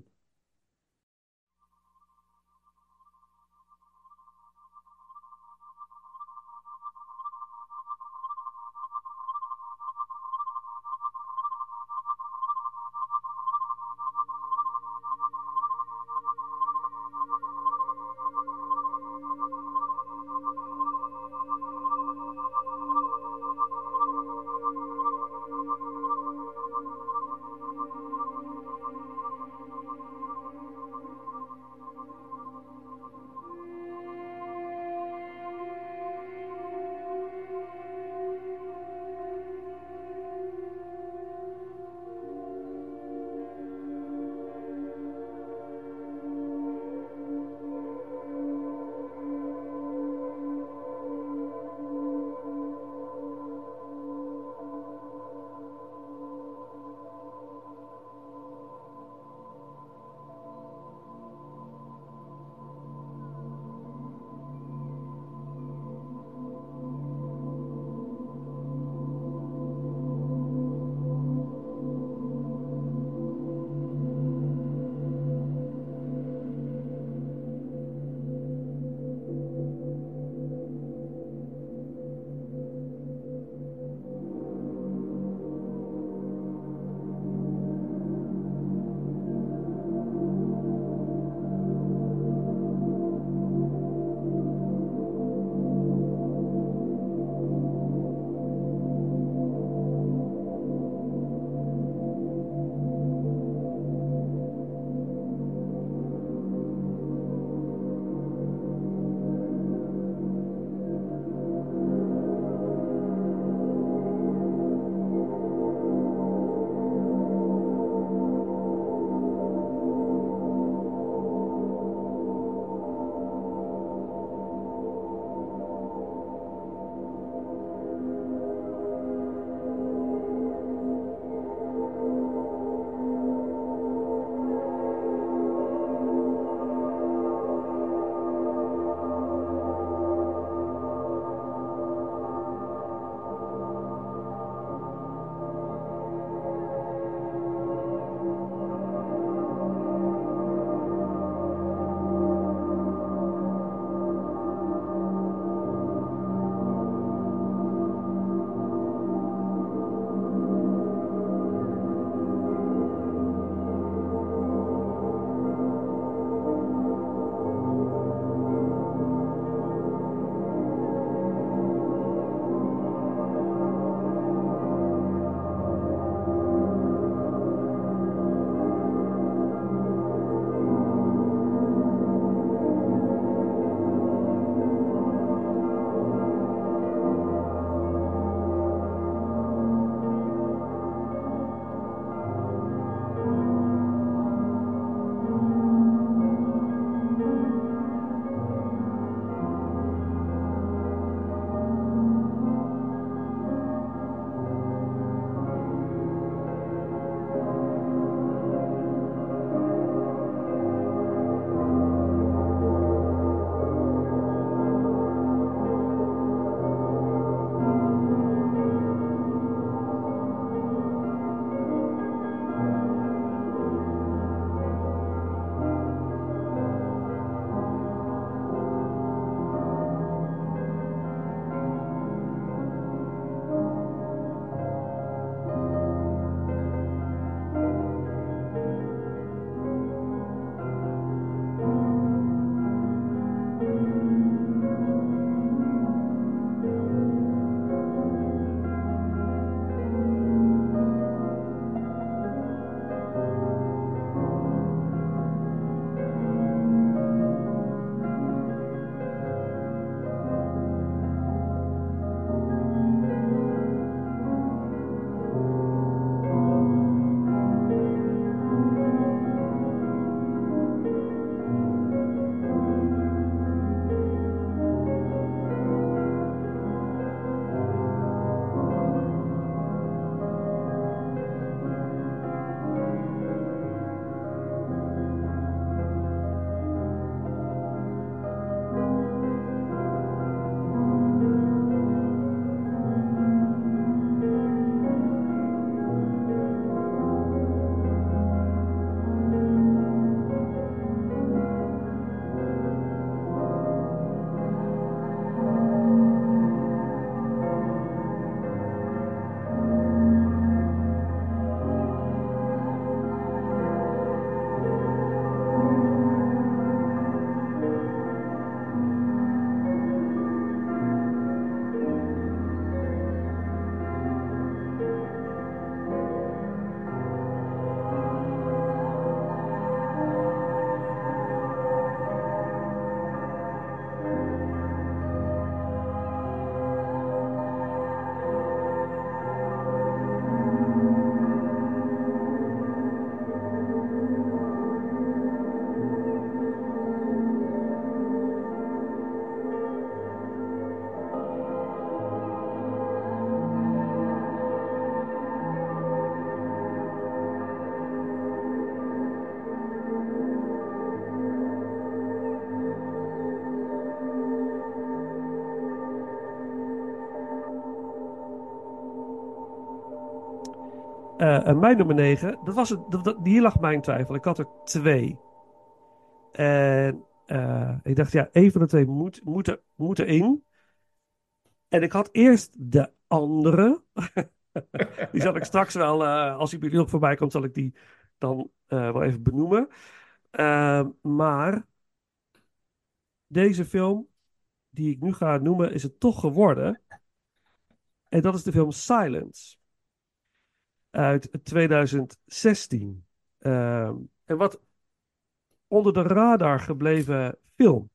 mijn nummer 9, hier lag mijn twijfel. Ik had er 2. En ik dacht, ja, één van de 2 moet erin. En ik had eerst de andere. Die zal ik straks wel, als die bij jullie ook voorbij komt, zal ik die dan wel even benoemen. Maar deze film, die ik nu ga noemen, is het toch geworden. En dat is de film Silence. Uit 2016. En wat onder de radar gebleven film.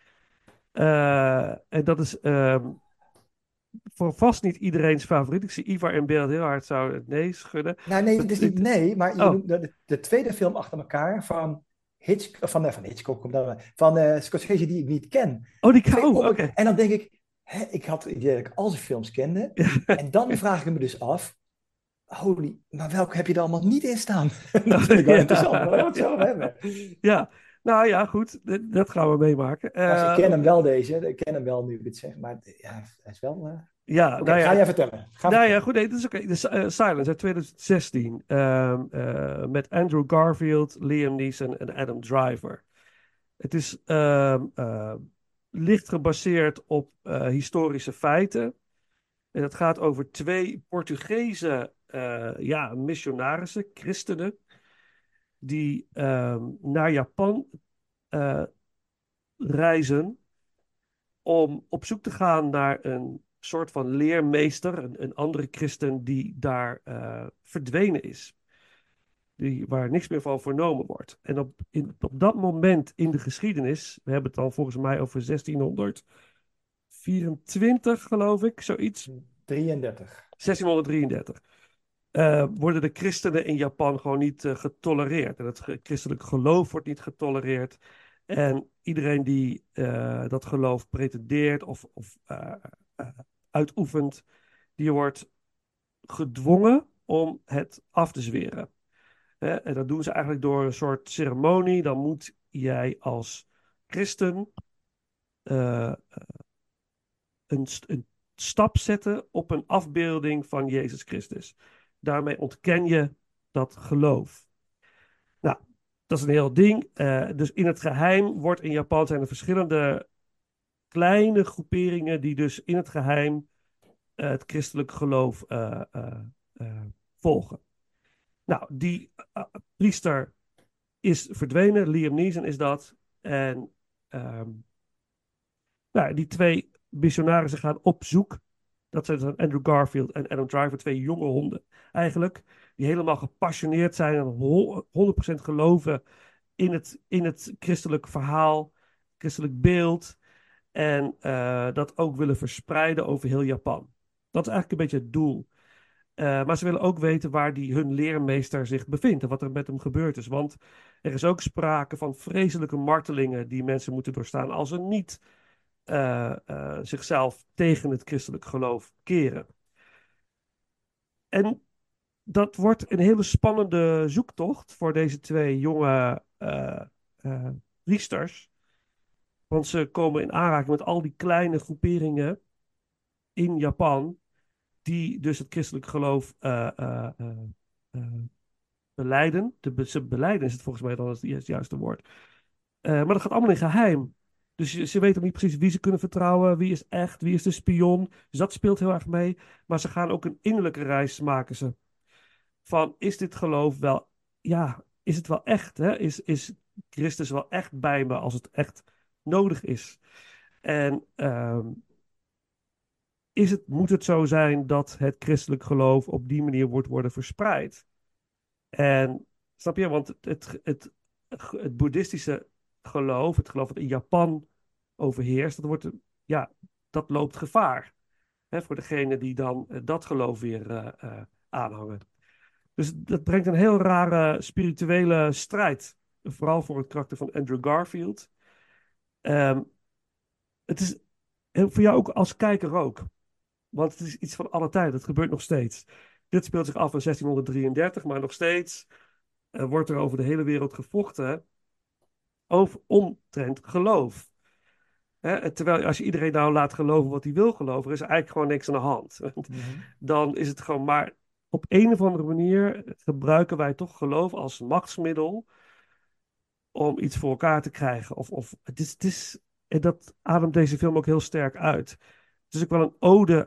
En dat is voor vast niet iedereen's favoriet. Ik zie Ivar en Beeld heel hard zou het nee schudden. Nou, nee, het is niet nee, maar je Oh. noemt de tweede film achter elkaar van Hitchcock, komt dat maar, van Scorsese die ik niet ken. Oh, die Twee kan. op- Oké. En dan denk ik, ik had het idee dat ik al zijn films kende. En dan vraag ik me dus af, maar welke heb je er allemaal niet in staan? Dat vind ik wel interessant, maar daar gaan we het zo over hebben. Ja, nou ja, goed. Dat gaan we meemaken. Ik ken hem wel ik ken hem wel nu ik het zeg, maar ja, hij is wel... Ja, Oké, nou ja, ga jij vertellen. nou ja, goed, nee, dat is oké. Dus, Silence uit 2016. Met Andrew Garfield, Liam Neeson en Adam Driver. Het is licht gebaseerd op historische feiten. En het gaat over 2 Portugese missionarissen, christenen, die naar Japan reizen om op zoek te gaan naar een soort van leermeester, een andere christen die daar verdwenen is. Waar niks meer van vernomen wordt. En op dat moment in de geschiedenis, we hebben het dan volgens mij over 1624 geloof ik, zoiets. 33. 1633. Worden de christenen in Japan gewoon niet getolereerd. En het christelijk geloof wordt niet getolereerd. En iedereen die dat geloof pretendeert of uitoefent, die wordt gedwongen om het af te zweren. En dat doen ze eigenlijk door een soort ceremonie. Dan moet jij als christen een stap zetten op een afbeelding van Jezus Christus. Daarmee ontken je dat geloof. Nou, dat is een heel ding. Dus in het geheim wordt in Japan zijn er verschillende kleine groeperingen die dus in het geheim het christelijk geloof volgen. Nou, die priester is verdwenen. Liam Neeson is dat. En die 2 missionarissen gaan op zoek. Dat zijn dan Andrew Garfield en Adam Driver, 2 jonge honden eigenlijk. Die helemaal gepassioneerd zijn en 100% geloven in het christelijk verhaal, christelijk beeld. En dat ook willen verspreiden over heel Japan. Dat is eigenlijk een beetje het doel. Maar ze willen ook weten waar hun leermeester zich bevindt en wat er met hem gebeurd is. Want er is ook sprake van vreselijke martelingen die mensen moeten doorstaan als ze niet zichzelf tegen het christelijk geloof keren. En dat wordt een hele spannende zoektocht voor deze 2 jonge priesters. Want ze komen in aanraking met al die kleine groeperingen in Japan die dus het christelijk geloof belijden. Ze belijden is het volgens mij dan het juiste woord. Maar dat gaat allemaal in geheim. Dus ze weten niet precies wie ze kunnen vertrouwen, wie is echt, wie is de spion. Dus dat speelt heel erg mee. Maar ze gaan ook een innerlijke reis maken ze. Van, is dit geloof wel, is het wel echt? Hè? Is Christus wel echt bij me als het echt nodig is? En moet het zo zijn dat het christelijk geloof op die manier wordt worden verspreid? En, snap je? Want het boeddhistische geloof, het geloof dat in Japan overheerst, dat loopt gevaar. Hè, voor degene die dan dat geloof weer aanhangen. Dus dat brengt een heel rare spirituele strijd. Vooral voor het karakter van Andrew Garfield. Het is voor jou ook als kijker ook. Want het is iets van alle tijden. Het gebeurt nog steeds. Dit speelt zich af in 1633, maar nog steeds wordt er over de hele wereld gevochten omtrent geloof. Terwijl als je iedereen nou laat geloven wat hij wil geloven, is er eigenlijk gewoon niks aan de hand. Dan is het gewoon maar op een of andere manier gebruiken wij toch geloof als machtsmiddel om iets voor elkaar te krijgen. En dat ademt deze film ook heel sterk uit. Het is ook wel een ode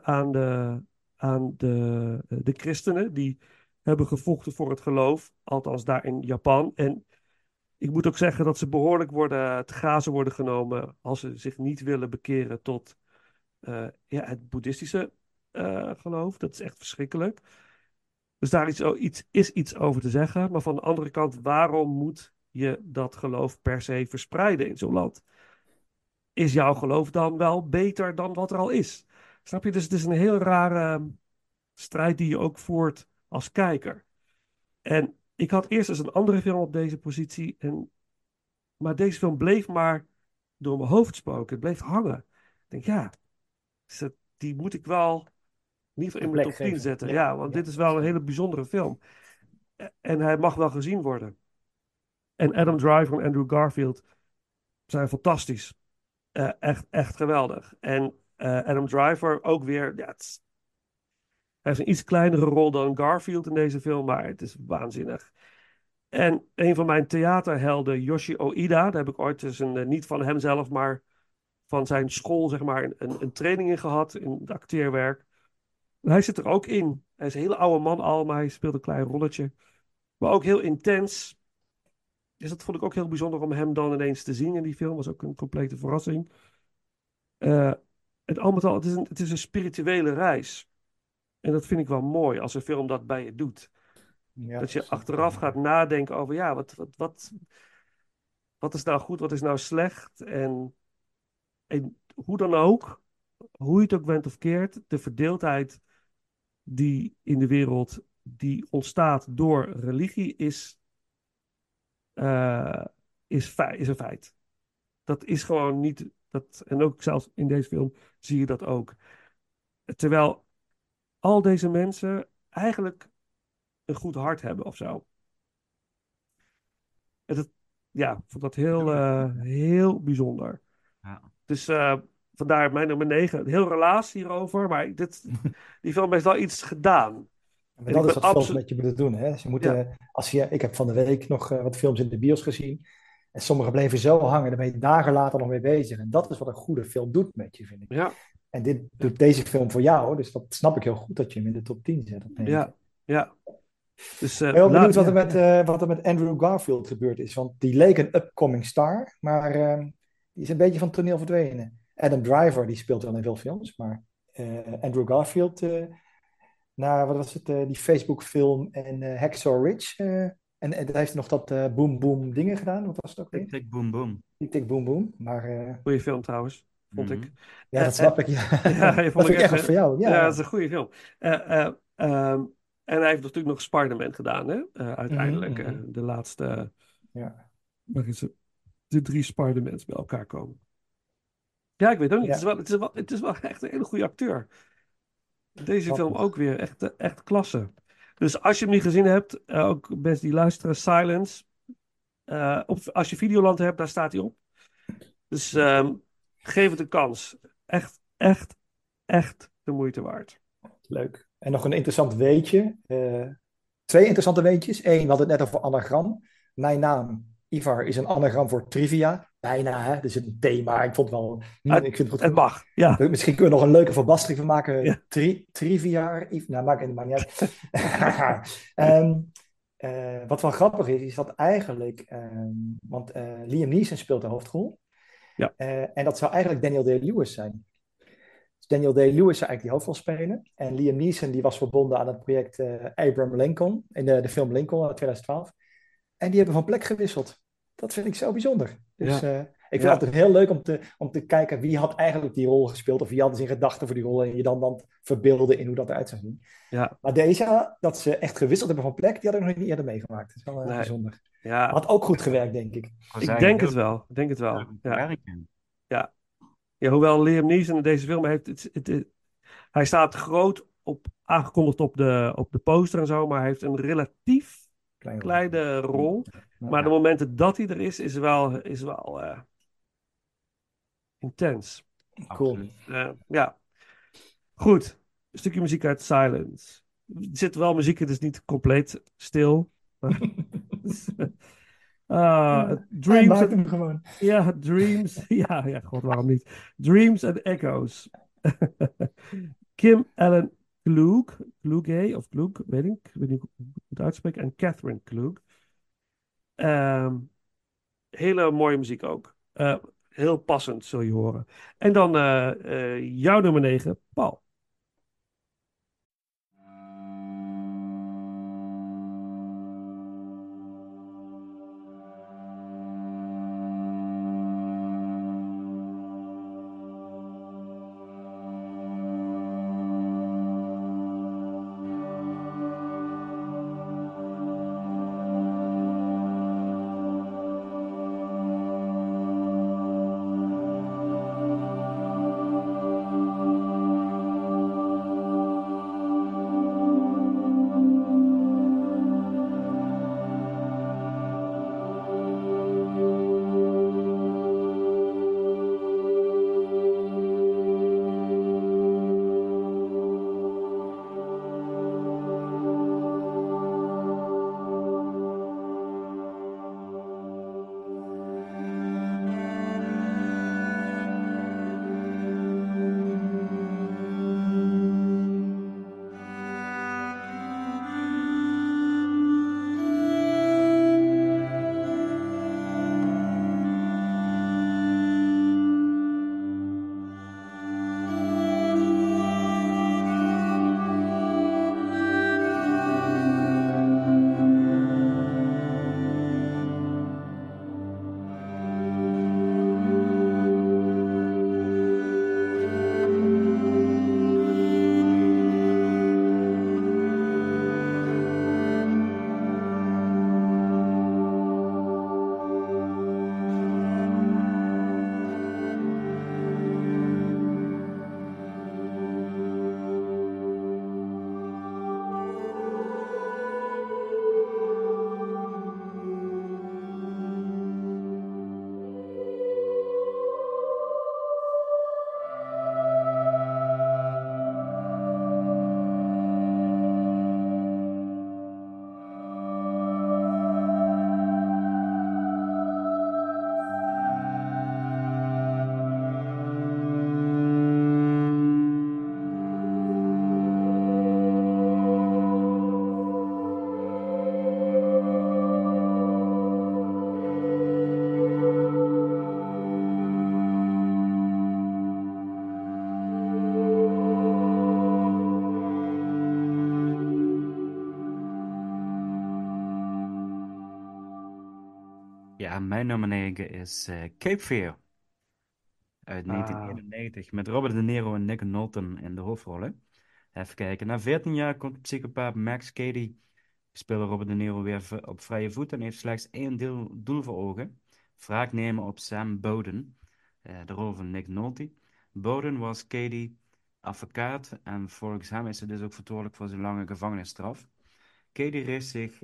aan de christenen die hebben gevochten voor het geloof, althans daar in Japan. En ik moet ook zeggen dat ze behoorlijk te grazen worden genomen als ze zich niet willen bekeren tot het boeddhistische geloof. Dat is echt verschrikkelijk. Dus daar is iets over te zeggen. Maar van de andere kant, waarom moet je dat geloof per se verspreiden in zo'n land? Is jouw geloof dan wel beter dan wat er al is? Snap je? Dus het is een heel rare strijd die je ook voert als kijker. En ik had eerst eens een andere film op deze positie. Maar deze film bleef maar door mijn hoofd spoken. Het bleef hangen. Ik denk, ja, die moet ik wel in ieder geval in mijn top 10 zetten. Ja, want dit is wel een hele bijzondere film. En hij mag wel gezien worden. En Adam Driver en Andrew Garfield zijn fantastisch. Echt geweldig. En Adam Driver ook weer. Ja, hij heeft een iets kleinere rol dan Garfield in deze film, maar het is waanzinnig. En een van mijn theaterhelden, Yoshi Oida, daar heb ik ooit eens niet van hemzelf, maar van zijn school, zeg maar, een training in gehad in het acteerwerk. Hij zit er ook in. Hij is een hele oude man al, maar hij speelt een klein rolletje. Maar ook heel intens. Dus dat vond ik ook heel bijzonder om hem dan ineens te zien in die film. Was ook een complete verrassing. Het al met al, het is een spirituele reis. En dat vind ik wel mooi als een film dat bij je doet. Ja, dat je achteraf gaat nadenken over, ja, wat is nou goed, wat is nou slecht? En hoe dan ook, hoe je het ook bent of keert, de verdeeldheid die in de wereld die ontstaat door religie is een feit. Dat is gewoon niet, en ook zelfs in deze film zie je dat ook. Terwijl al deze mensen eigenlijk een goed hart hebben of zo. Ja, ik vond dat heel bijzonder. Ja. Dus vandaar mijn nummer 9. Heel relaas hierover, maar die film heeft wel iets gedaan. Maar dat is wat films met je moeten doen. Hè? Ze moeten, ik heb van de week nog wat films in de bios gezien. En sommige bleven zo hangen, daar ben je dagen later nog mee bezig. En dat is wat een goede film doet met je, vind ik. Ja. En dit doet deze film voor jou. Dus dat snap ik heel goed dat je hem in de top 10 zet. Ja. Dus, ik ben heel benieuwd wat er met Andrew Garfield gebeurd is. Want die leek een upcoming star. Maar die is een beetje van het toneel verdwenen. Adam Driver, die speelt wel in veel films. Maar Andrew Garfield... wat was het, die Facebook-film en Hacksaw Ridge. En hij heeft nog dat Boom Boom dingen gedaan. Wat was het ook weer? Tik Tik Boom Boom. Tik Tik Boom Boom. Maar, goeie film trouwens, vond ik. Ja, dat snap ik. Ja. Dat vond ik echt wat voor jou. Ja, dat is een goede film. En hij heeft natuurlijk nog Spider-Man gedaan, hè? Uiteindelijk. De laatste... Ja. Waarin de 3 Spider-Mans bij elkaar komen. Ja, ik weet ook niet. Ja. Het is wel echt een hele goede acteur. Deze film ook weer echt klasse. Dus als je hem niet gezien hebt, ook mensen die luisteren, Silence. Als je Videoland hebt, daar staat hij op. Dus geef het een kans. Echt de moeite waard. Leuk. En nog een interessant weetje. 2 interessante weetjes. 1, we hadden het net over anagram. Mijn naam, Ivar, is een anagram voor trivia. Bijna, hè? Dus een thema. Ik vond wel... ik vind het goed. Het mag, ja. Misschien kunnen we nog een leuke verbastering van maken. Ja. Trivia. Nou, maakt het maar niet uit. Wat wel grappig is dat eigenlijk... want Liam Neeson speelt de hoofdrol. Ja. En dat zou eigenlijk Daniel Day-Lewis zijn. Dus Daniel Day-Lewis zou eigenlijk die hoofdrol spelen. En Liam Neeson die was verbonden aan het project Abraham Lincoln. In de film Lincoln uit 2012. En die hebben van plek gewisseld. Dat vind ik zo bijzonder. Dus ik vind het altijd heel leuk om te kijken wie had eigenlijk die rol gespeeld. Of wie hadden ze in gedachten voor die rol. En je dan verbeelden in hoe dat eruit zou zien. Ja. Maar deze, dat ze echt gewisseld hebben van plek, die had ik nog niet eerder meegemaakt. Dat is wel bijzonder. Ja. Had ook goed gewerkt, denk ik. Ik denk het wel. Ja, hoewel Liam Neeson in deze film heeft... hij staat groot aangekondigd op de poster en zo. Maar hij heeft een relatief kleine rol. Maar de momenten dat hij er is wel intens. Cool. Ja. Goed. Een stukje muziek uit Silence. Er zit wel muziek, het is niet compleet stil. Hij Dreams maakt and, hem gewoon. ja, Dreams. Ja, god, waarom niet? Dreams and Echoes. Kim Allen Kluge, of Klug, weet niet hoe ik het uitspreken. En Catherine Klug. Ehm, hele mooie muziek ook. Heel passend, zul je horen. En dan jouw nummer 9, Paul. Ja, mijn nummer 9 is Cape Fear uit Ah, 1991 met Robert De Niro en Nick Nolte in de hoofdrollen. Even kijken, na 14 jaar komt de psychopaat Max Cady, speelt Robert De Niro weer op vrije voet en heeft slechts één doel voor ogen: wraak nemen op Sam Bowden, de rol van Nick Nolte. Bowden was Cady advocaat en volgens hem is hij dus ook verantwoordelijk voor zijn lange gevangenisstraf. Cady richt zich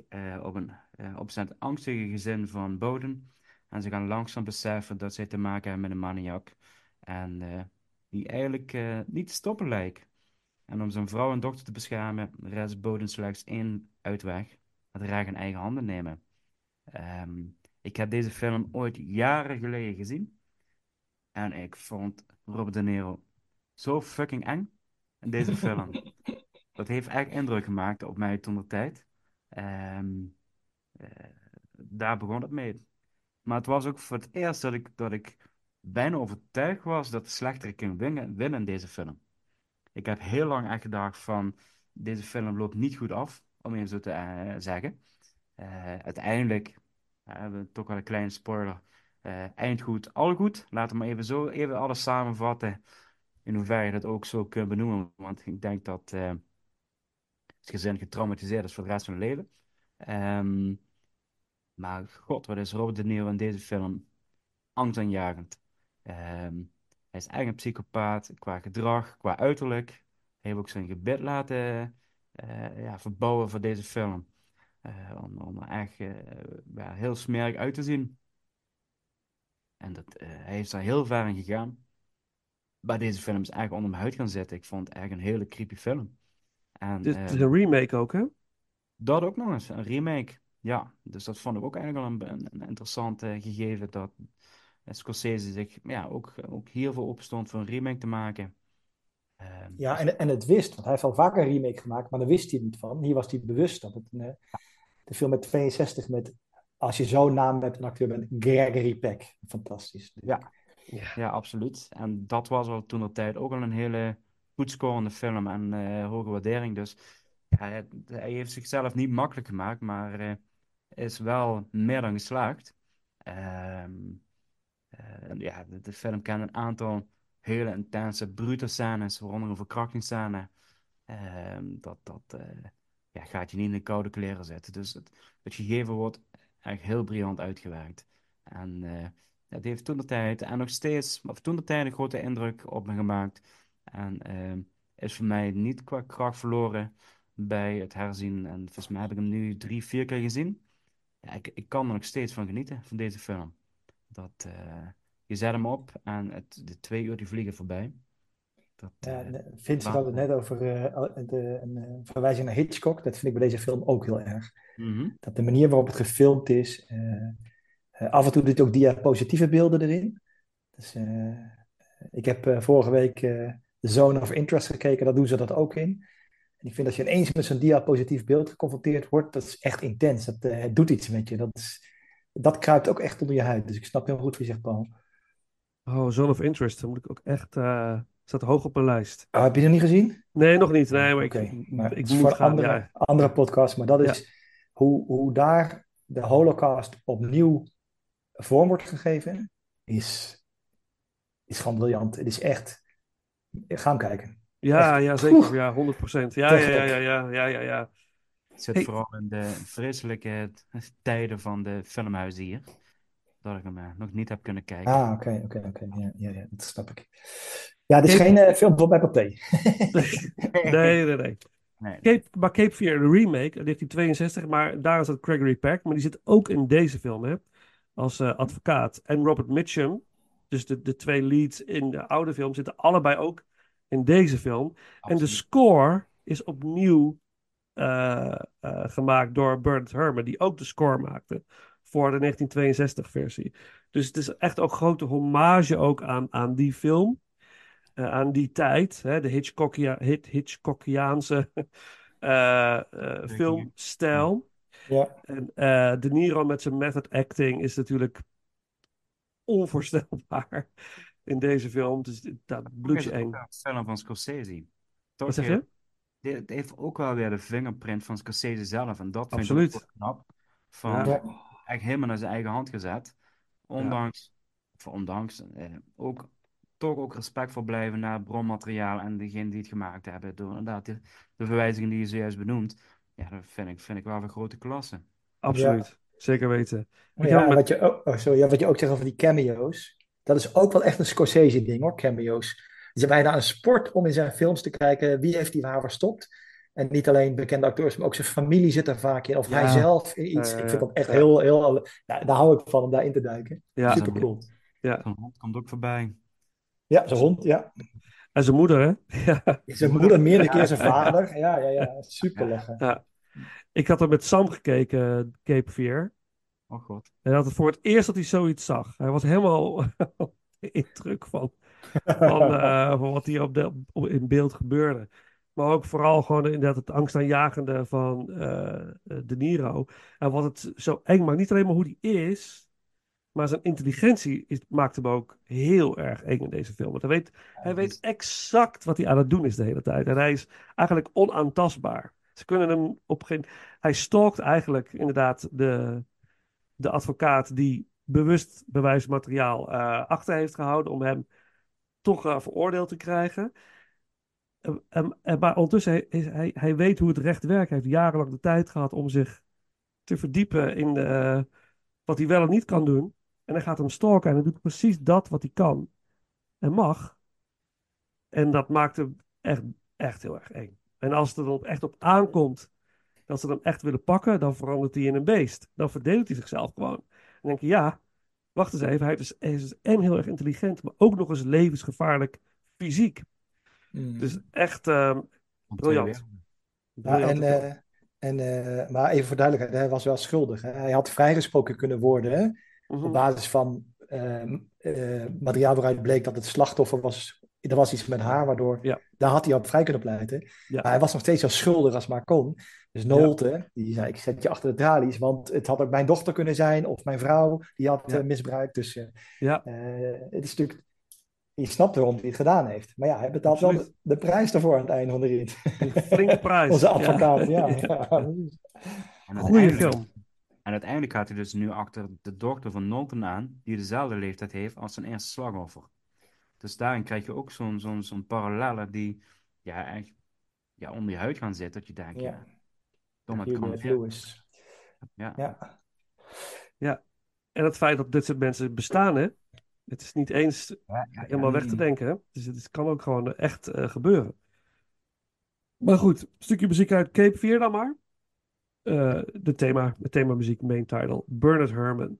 op zijn angstige gezin van Bowden en ze gaan langzaam beseffen dat zij te maken hebben met een maniak en die eigenlijk niet te stoppen lijkt. En om zijn vrouw en dochter te beschermen, redt Bowden slechts één uitweg: het recht in eigen handen nemen. Ehm, ik heb deze film ooit jaren geleden gezien en ik vond Robert De Niro zo fucking eng in deze film. Dat heeft echt indruk gemaakt op mij toen de tijd. Ehm, eh, Daar begon het mee. Maar het was ook voor het eerst dat ik bijna overtuigd was dat de slechtere kon winnen in deze film. Ik heb heel lang echt gedacht van, deze film loopt niet goed af, om even zo te zeggen. Uiteindelijk, we hebben toch wel een kleine spoiler, eind goed, al goed. Laten we maar even alles samenvatten, in hoeverre je dat ook zo kunt benoemen. Want ik denk dat het gezin getraumatiseerd is voor de rest van hun leven. Ehm, maar god, wat is Robert De Niro in deze film angstaanjagend. Hij is echt een psychopaat qua gedrag, qua uiterlijk. Hij heeft ook zijn gebit laten ja, verbouwen voor deze film. Om er echt ja, heel smerig uit te zien. En hij is daar heel ver in gegaan. Maar deze film is echt onder mijn huid gaan zitten. Ik vond het echt een hele creepy film. En Het is een remake ook, hè? dat ook nog eens, een remake. Ja, dus dat vond ik ook eigenlijk wel een interessant gegeven dat Scorsese zich ja, ook hiervoor opstond voor een remake te maken. Ja, Dus en het wist, want hij heeft al vaker een remake gemaakt, maar daar wist hij niet van. Hier was hij bewust dat het de film met 62 met, als je zo'n naam hebt, een acteur bent, Gregory Peck. Fantastisch. ja, ja, absoluut. En dat was al toen de tijd ook al een hele goed scorende film en hoge waardering. Dus ja, hij heeft zichzelf niet makkelijk gemaakt, maar is wel meer dan geslaagd. Ehm, ja, de film kent een aantal hele intense, brute scènes, waaronder een verkrachtingsscène. Ja, gaat je niet in de koude kleren zetten. Dus het gegeven wordt echt heel briljant uitgewerkt. En het heeft toen de tijd en nog steeds, of toen de tijd een grote indruk op me gemaakt. En is voor mij niet qua kracht verloren bij het herzien. En volgens mij heb ik hem nu 3, 4 keer gezien. Ja, ik kan er nog steeds van genieten, van deze film. Je zet hem op en de 2 uur die vliegen voorbij. Ja, Vincent had het net over een verwijzing naar Hitchcock. Dat vind ik bij deze film ook heel erg. Mhm. Dat de manier waarop het gefilmd is. Af en toe doet ook diapositieve beelden erin. Dus, ik heb vorige week The Zone of Interest gekeken. Daar doen ze dat ook in. En ik vind dat je ineens met zo'n diapositief beeld geconfronteerd wordt. Dat is echt intens. Het doet iets met je. Dat kruipt ook echt onder je huid. Dus ik snap heel goed wat je zegt, Paul. Oh, Zone of Interest. Dat moet ik ook echt... staat hoog op mijn lijst. Oh, heb je dat niet gezien? Nee, nog niet. Nee, maar Oké, maar ik het is moet voor gaan. Ja. andere podcast. Maar dat Ja. is hoe daar de Holocaust opnieuw vorm wordt gegeven, is gewoon briljant. Het is echt... Ga hem kijken. Ja, Echt. ja, zeker. Oeh, Ja, 100%. Ja, te ja, ja, gek. ja, ja, ja, ja. Het zit Hey, vooral in de vreselijke tijden van de filmhuizen hier. Dat ik hem nog niet heb kunnen kijken. Ah, oké. Ja, dat snap ik. Ja, dit is Cape... geen film voor bij thee. Nee. Nee. Maar Cape Fear, de remake, uit 1962, maar daar is het Gregory Peck, maar die zit ook in deze film, hè, als advocaat. En Robert Mitchum, dus de 2 leads in de oude film, zitten allebei ook in deze film. En de Absoluut. score is opnieuw gemaakt door Bernard Herrmann, die ook de score maakte voor de 1962-versie. Dus het is echt ook grote hommage ook aan die film. Aan die tijd, hè, de Hitchcockiaanse filmstijl. Ja. En De Niro met zijn method acting is natuurlijk onvoorstelbaar in deze film. Dus dat Ook bloedt is je het ook eng. een film van Scorsese. Toch, Wat zeg je? het heeft ook wel weer de fingerprint van Scorsese zelf. En dat vind ik ook Absoluut. wel knap. Ja. Ja. Echt helemaal naar zijn eigen hand gezet. Ja. Ondanks ook toch ook respectvol blijven naar het bronmateriaal en degene die het gemaakt hebben. Door inderdaad de verwijzingen die je zojuist benoemt. Ja, dat vind ik wel van grote klasse. Absoluut. Zeker weten. Ik heb Ja, hem en met... wat je ook zegt over die cameo's. Dat is ook wel echt een Scorsese-ding hoor, cameo's. Het is bijna een sport om in zijn films te kijken wie heeft die waar verstopt. En niet alleen bekende acteurs, maar ook zijn familie zit er vaak in. Of hij Ja. zelf in iets. Ik vind dat echt Ja. heel daar hou ik van om daarin te duiken. Ja. Super cool. Ja. Zo'n hond komt ook voorbij. Ja, zijn hond, ja. En zijn moeder, hè? Ja. Zijn moeder meerdere keer zijn vader. Ja. Super lachen. Ja. Ik had er met Sam gekeken, Cape Fear. Oh god. En hij had het voor het eerst dat hij zoiets zag. Hij was helemaal de indruk van wat hier in beeld gebeurde. Maar ook vooral gewoon inderdaad het angstaanjagende van De Niro. En wat het zo eng maakt. Niet alleen maar hoe die is, maar zijn intelligentie maakt hem ook heel erg eng in deze film. Want hij weet exact wat hij aan het doen is de hele tijd. En hij is eigenlijk onaantastbaar. Ze kunnen hem op geen... Hij stalkt eigenlijk inderdaad de advocaat die bewust bewijsmateriaal achter heeft gehouden om hem toch veroordeeld te krijgen. Maar ondertussen, hij weet hoe het recht werkt. Hij heeft jarenlang de tijd gehad om zich te verdiepen in wat hij wel en niet kan doen. En hij gaat hem stalken en hij doet precies dat wat hij kan en mag. En dat maakt hem echt heel erg eng. En als het er dan echt op aankomt dat ze hem echt willen pakken, dan verandert hij in een beest. Dan verdedigt hij zichzelf gewoon. En dan denk je, ja, wacht eens even. Hij is dus en heel erg intelligent, maar ook nog eens levensgevaarlijk fysiek. Mm. Dus echt Van twee briljant. werelden. Ja, Briljante film. maar even voor duidelijkheid, hij was wel schuldig. Hè? Hij had vrijgesproken kunnen worden, hè? Op Mhm. basis van materiaal waaruit bleek dat het slachtoffer was. Er was iets met haar, waardoor Ja, daar had hij op vrij kunnen pleiten. ja, Maar hij was nog steeds zo schuldig als maar kon. Dus ja, Nolte, die zei: ik zet je achter de tralies, want het had ook mijn dochter kunnen zijn of mijn vrouw die had ja, misbruikt. Dus ja, het is natuurlijk, je snapt waarom hij het gedaan heeft. Maar ja, hij betaalt wel absoluut. de prijs daarvoor aan het einde van de rit. Een flinke prijs. Onze Ja, advocaat, ja. ja. Ja, precies. En Goeie uiteindelijk, film. en uiteindelijk gaat hij dus nu achter de dochter van Norton aan, die dezelfde leeftijd heeft als zijn eerste slachtoffer. Dus daarin krijg je ook zo'n parallellen die ja, echt ja, onder je huid gaan zitten. Dat je denkt, Ja, ja, domme, het kan Juliette meer. Lewis. Ja, Ja, Ja. En het feit dat dit soort mensen bestaan, hè? Het is niet eens helemaal weg te denken, hè? Dus het kan ook gewoon echt gebeuren. Maar goed, een stukje muziek uit Cape Fear dan maar. Het thema muziek, main title, Bernard Herrmann.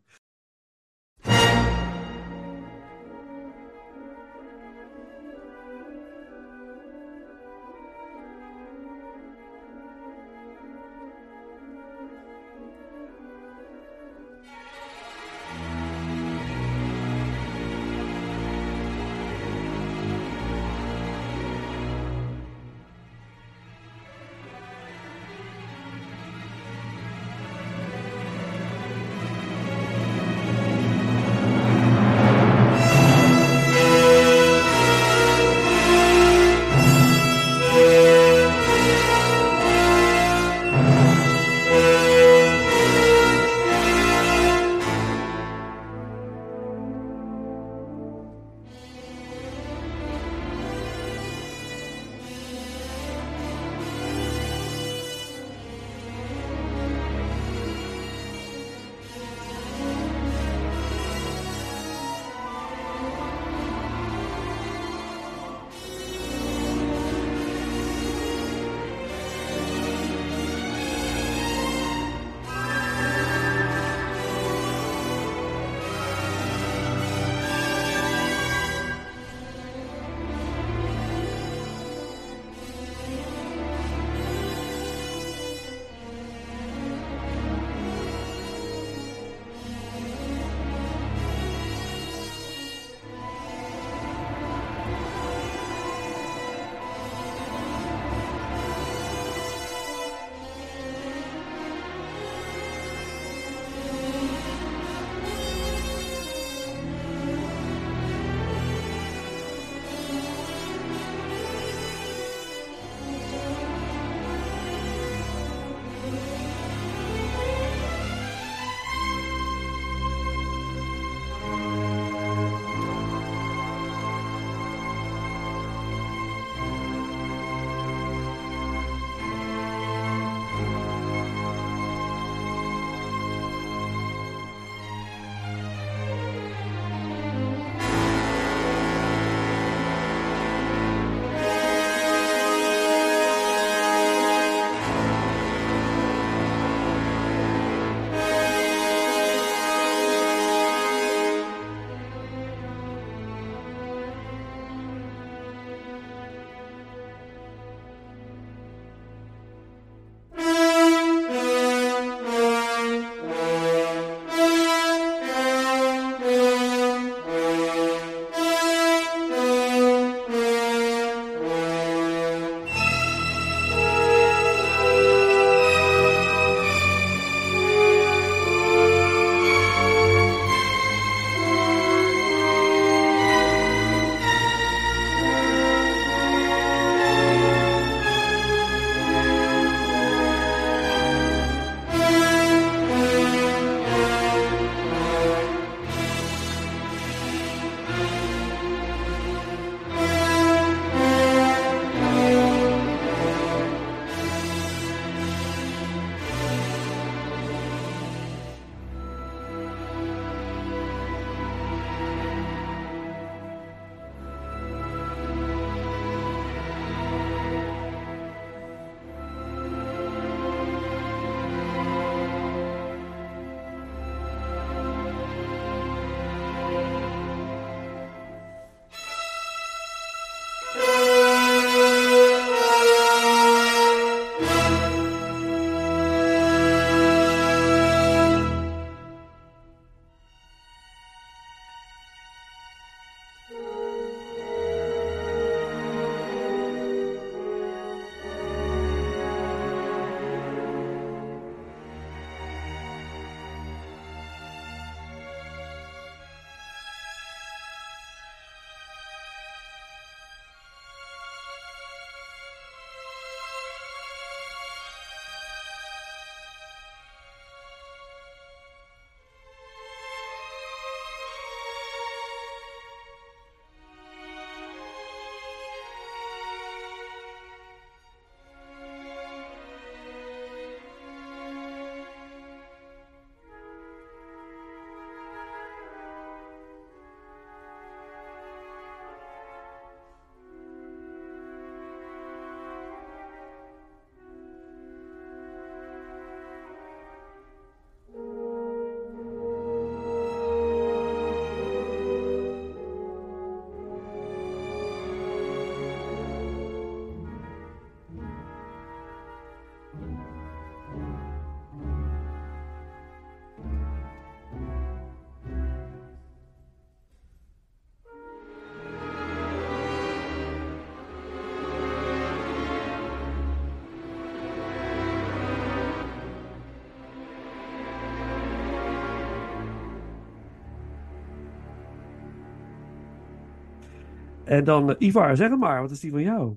En dan, Ivar, zeg het maar. Wat is die van jou?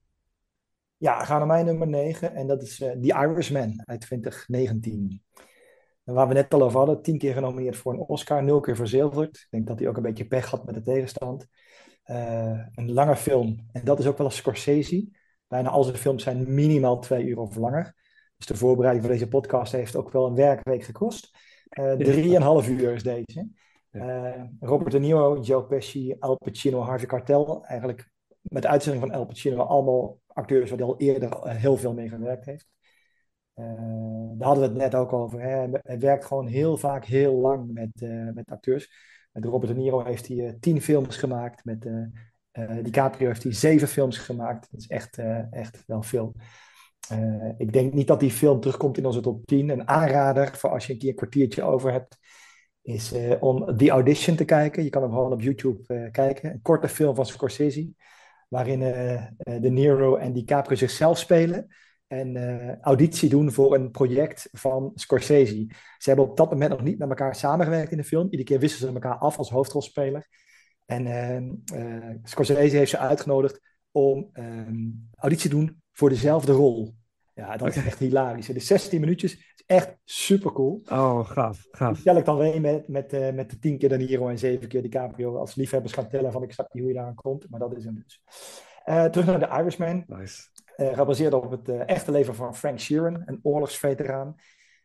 Ja, we gaan naar mijn nummer 9 en dat is The Irishman uit 2019. En waar we net al over hadden, 10 keer genomineerd voor een Oscar, 0 keer verzilverd. Ik denk dat hij ook een beetje pech had met de tegenstand. Een lange film. En dat is ook wel een Scorsese. Bijna al zijn films zijn minimaal 2 uur of langer. Dus de voorbereiding van deze podcast heeft ook wel een werkweek gekost. 3,5 uur is deze. Robert De Niro, Joe Pesci, Al Pacino, Harvey Keitel. Eigenlijk met uitzondering van Al Pacino allemaal acteurs waar hij al eerder heel veel mee gewerkt heeft. Daar hadden we het net ook over. Hè. Hij werkt gewoon heel vaak heel lang met acteurs. Met Robert De Niro heeft hij 10 films gemaakt. Met DiCaprio heeft hij 7 films gemaakt. Dat is echt wel veel. Ik denk niet dat die film terugkomt in onze top 10. Een aanrader voor als je een keer een kwartiertje over hebt, is om The Audition te kijken. Je kan hem gewoon op YouTube kijken. Een korte film van Scorsese, waarin De Niro en DiCaprio zichzelf spelen en auditie doen voor een project van Scorsese. Ze hebben op dat moment nog niet met elkaar samengewerkt in de film. Iedere keer wisselen ze elkaar af als hoofdrolspeler. En Scorsese heeft ze uitgenodigd om auditie te doen voor dezelfde rol. Ja, dat is echt hilarisch. Het is 16 minuutjes. Het is echt super cool. Oh, gaaf. Die tel ik dan weer met de 10 keer De Niro en 7 keer DiCaprio als liefhebbers gaan tellen van ik snap niet hoe je daar aan komt, maar dat is hem dus. Terug naar The Irishman. Nice. Gebaseerd op het echte leven van Frank Sheeran, een oorlogsveteraan,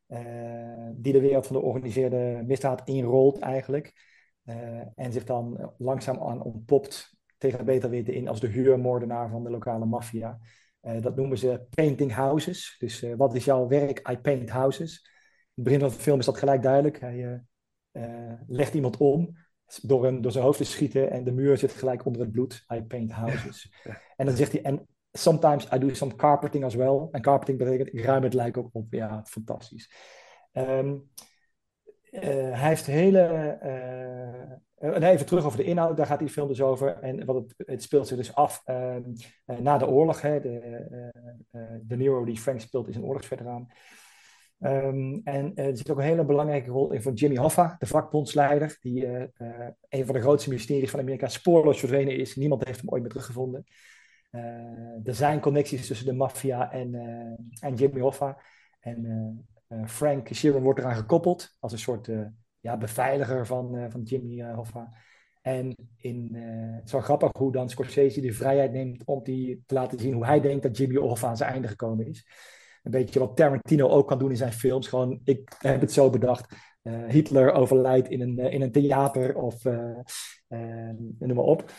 die de wereld van de georganiseerde misdaad inrolt eigenlijk. En zich dan langzaam aan ontpopt tegen het beter weten in als de huurmoordenaar van de lokale maffia. Dat noemen ze painting houses. Dus wat is jouw werk? I paint houses. In het begin van de film is dat gelijk duidelijk. Hij legt iemand om door zijn hoofd te schieten en de muur zit gelijk onder het bloed. I paint houses. En dan zegt hij, en sometimes I do some carpeting as well. En carpeting betekent, ik ruim het lijk ook op. Ja, fantastisch. Hij heeft even terug over de inhoud, daar gaat die film dus over. En het speelt zich dus af na de oorlog. Hè. De Niro die Frank speelt is een oorlogsveteraan. En er zit ook een hele belangrijke rol in van Jimmy Hoffa, de vakbondsleider, die een van de grootste mysteries van Amerika spoorloos verdwenen is. Niemand heeft hem ooit meer teruggevonden. Er zijn connecties tussen de maffia en Jimmy Hoffa. En Frank Sheeran wordt eraan gekoppeld als een soort beveiliger van Jimmy Hoffa. En het is wel grappig hoe dan Scorsese de vrijheid neemt om te laten zien hoe hij denkt dat Jimmy Hoffa aan zijn einde gekomen is. Een beetje wat Tarantino ook kan doen in zijn films. Gewoon, ik heb het zo bedacht. Hitler overlijdt in een theater of noem maar op.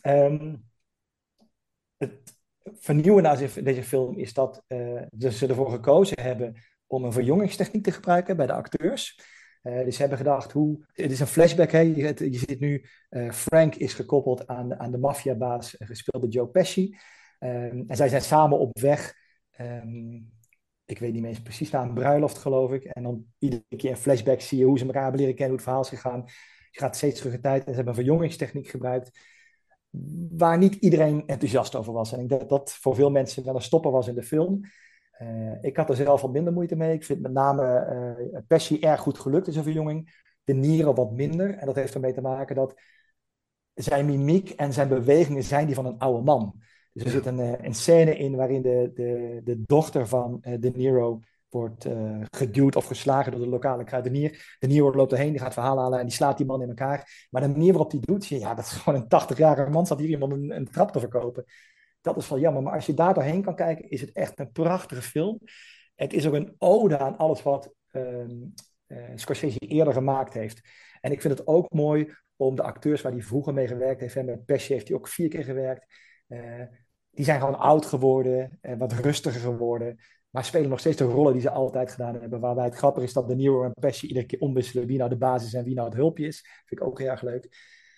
Het vernieuwende aan deze film is dat ze ervoor gekozen hebben om een verjongingstechniek te gebruiken bij de acteurs. Dus ze hebben gedacht, het is een flashback. Hè? Je ziet nu, Frank is gekoppeld aan de maffiabaas, gespeeld door Joe Pesci. En zij zijn samen op weg. Ik weet niet meer eens precies naar een bruiloft, geloof ik. En dan iedere keer een flashback zie je hoe ze elkaar hebben leren kennen, hoe het verhaal is gegaan. Je gaat steeds terug in tijd en ze hebben een verjongingstechniek gebruikt waar niet iedereen enthousiast over was. En ik denk dat dat voor veel mensen wel een stopper was in de film. Ik had er zelf wat minder moeite mee. Ik vind met name Pesci erg goed gelukt in zijn verjonging. De Niro wat minder. En dat heeft ermee te maken dat zijn mimiek en zijn bewegingen zijn die van een oude man. Dus er zit een scène in waarin de dochter van De Niro wordt geduwd of geslagen door de lokale kruidenier. De Niro loopt erheen, die gaat verhalen halen en die slaat die man in elkaar. Maar de manier waarop die doet, ja, dat is gewoon een 80-jarige man, staat hier iemand een trap te verkopen. Dat is wel jammer, maar als je daar doorheen kan kijken, is het echt een prachtige film. Het is ook een ode aan alles wat Scorsese eerder gemaakt heeft. En ik vind het ook mooi om de acteurs waar hij vroeger mee gewerkt heeft, en met Pesci heeft hij ook 4 keer gewerkt, die zijn gewoon oud geworden, wat rustiger geworden, maar spelen nog steeds de rollen die ze altijd gedaan hebben. Waarbij het grappig is dat De Niro en Pesci iedere keer omwisselen wie nou de basis is en wie nou het hulpje is. Vind ik ook heel erg leuk.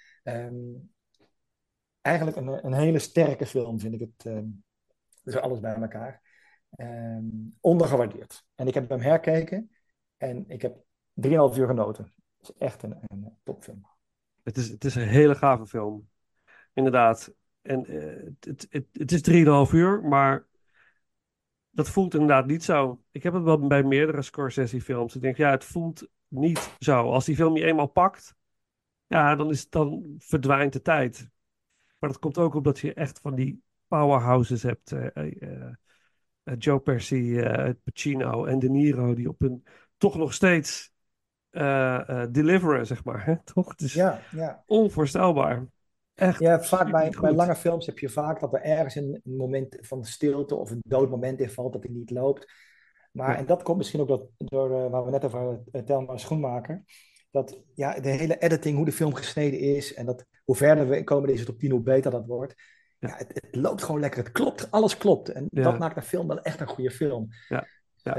Eigenlijk een hele sterke film, vind ik het. Dus alles bij elkaar. Ondergewaardeerd. En ik heb hem herkeken en ik heb 3,5 uur genoten. Het is echt een topfilm. Het is een hele gave film. Inderdaad. En het is 3,5 uur, maar dat voelt inderdaad niet zo. Ik heb het wel bij meerdere Scorsese-films. Ik denk, ja, het voelt niet zo. Als die film je eenmaal pakt, ja, dan verdwijnt de tijd. Maar dat komt ook omdat je echt van die powerhouses hebt. Joe Pesci, Pacino en De Niro, die op een toch nog steeds deliveren, zeg maar. Hè? Toch? Het is Ja. onvoorstelbaar. Echt Ja, vaak bij supergoed. lange films heb je vaak dat er ergens een moment van stilte of een dood moment in valt dat hij niet loopt. Maar, Ja. en dat komt misschien ook door waar we net over hadden, Thelma Schoenmaker. Dat de hele editing, hoe de film gesneden is en dat hoe verder we komen deze top 10, hoe beter dat wordt. Ja. Het loopt gewoon lekker, het klopt, alles klopt. En Ja. dat maakt een film wel echt een goede film. Ja.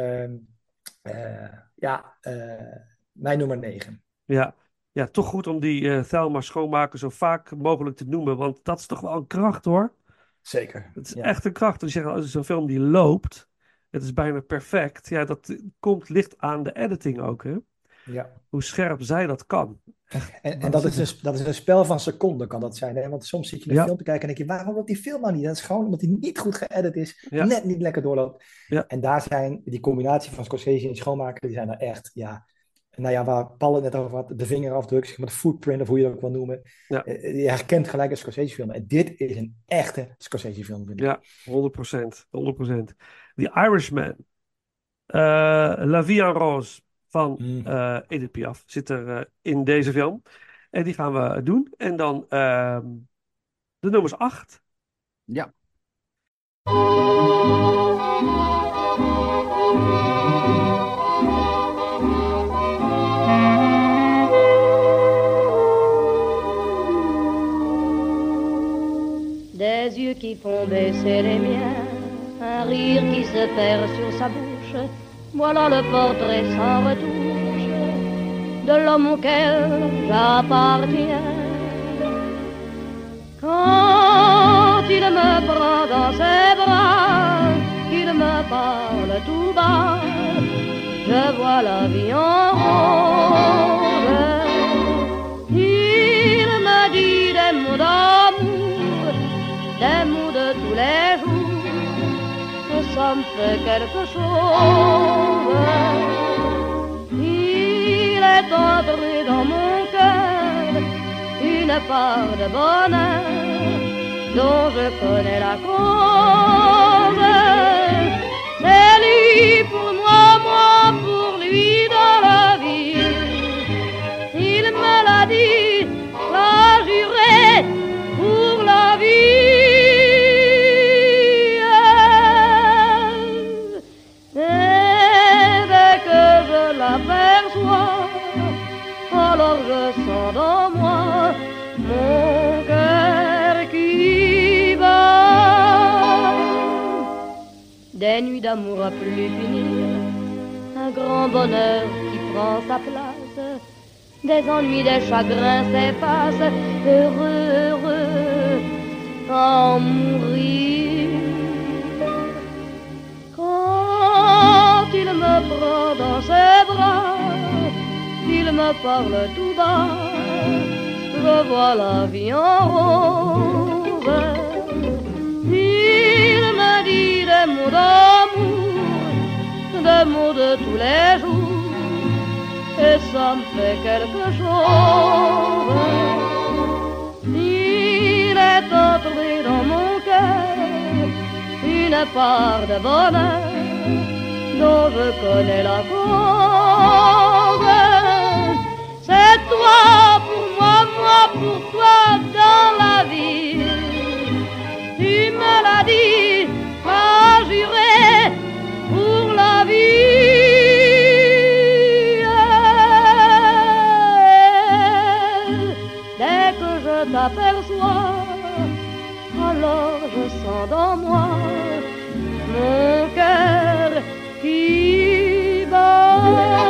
Mijn nummer 9. Ja, toch goed om die Thelma Schoonmaker zo vaak mogelijk te noemen, want dat is toch wel een kracht, hoor. Zeker. Het is echt een kracht. Dus zeggen, als het zo'n film die loopt, het is bijna perfect. Ja, dat ligt aan de editing ook, hè. Ja. Hoe scherp zij dat kan. En dat is een spel van seconden, kan dat zijn. Hè? Want soms zit je een film te kijken en denk je, waarom loopt die film nou niet? Dat is gewoon omdat hij niet goed geëdit is, net niet lekker doorloopt. Ja. En daar zijn die combinatie van Scorsese en Schoonmaker, die zijn er echt, waar Paul het net over had, de vingerafdruk, zeg maar de footprint, of hoe je dat ook wil noemen. Ja. Je herkent gelijk een Scorsese film. En dit is een echte Scorsese film, vind ik. Ja, 100%. 100%. The Irishman. La Vie en Rose van Edith Piaf zit er in deze film. En die gaan we doen. En dan de nummers 8. Ja. Des yeux qui font baisser les miens, un rire qui se perd sur sa bouche, voilà le portrait sans retouche de l'homme auquel j'appartiens. Quand il me prend dans ses bras, qu'il me parle tout bas, je vois la vie en rose. Il me dit des mots d'amour, des mots de tous les jours, que ça me fait quelque chose. Il est entré dans mon cœur une part de bonheur dont je connais la cause. C'est lui pour moi, moi pour lui dans la vie. Il me l'a dit, l'a juré pour la vie. Et dès que je l'aperçois, alors je sens dans moi mon cœur qui bat. Des nuits d'amour à plus finir, un grand bonheur qui prend sa place, des ennuis, des chagrins s'effacent, heureux, heureux, en mourir. Quand il me prend dans ses bras, il me parle tout bas, je vois la vie en rose. Il me dit des mots d'amour, des mots de tous les jours, et ça me fait quelque chose. Il est entré dans mon cœur une part de bonheur dont je connais la cause. C'est toi pour moi, moi pour toi dans la vie. Tu me l'as dit, m'as juré pour la vie. Dès que je t'aperçois, alors je sens dans moi mon cœur qui bat.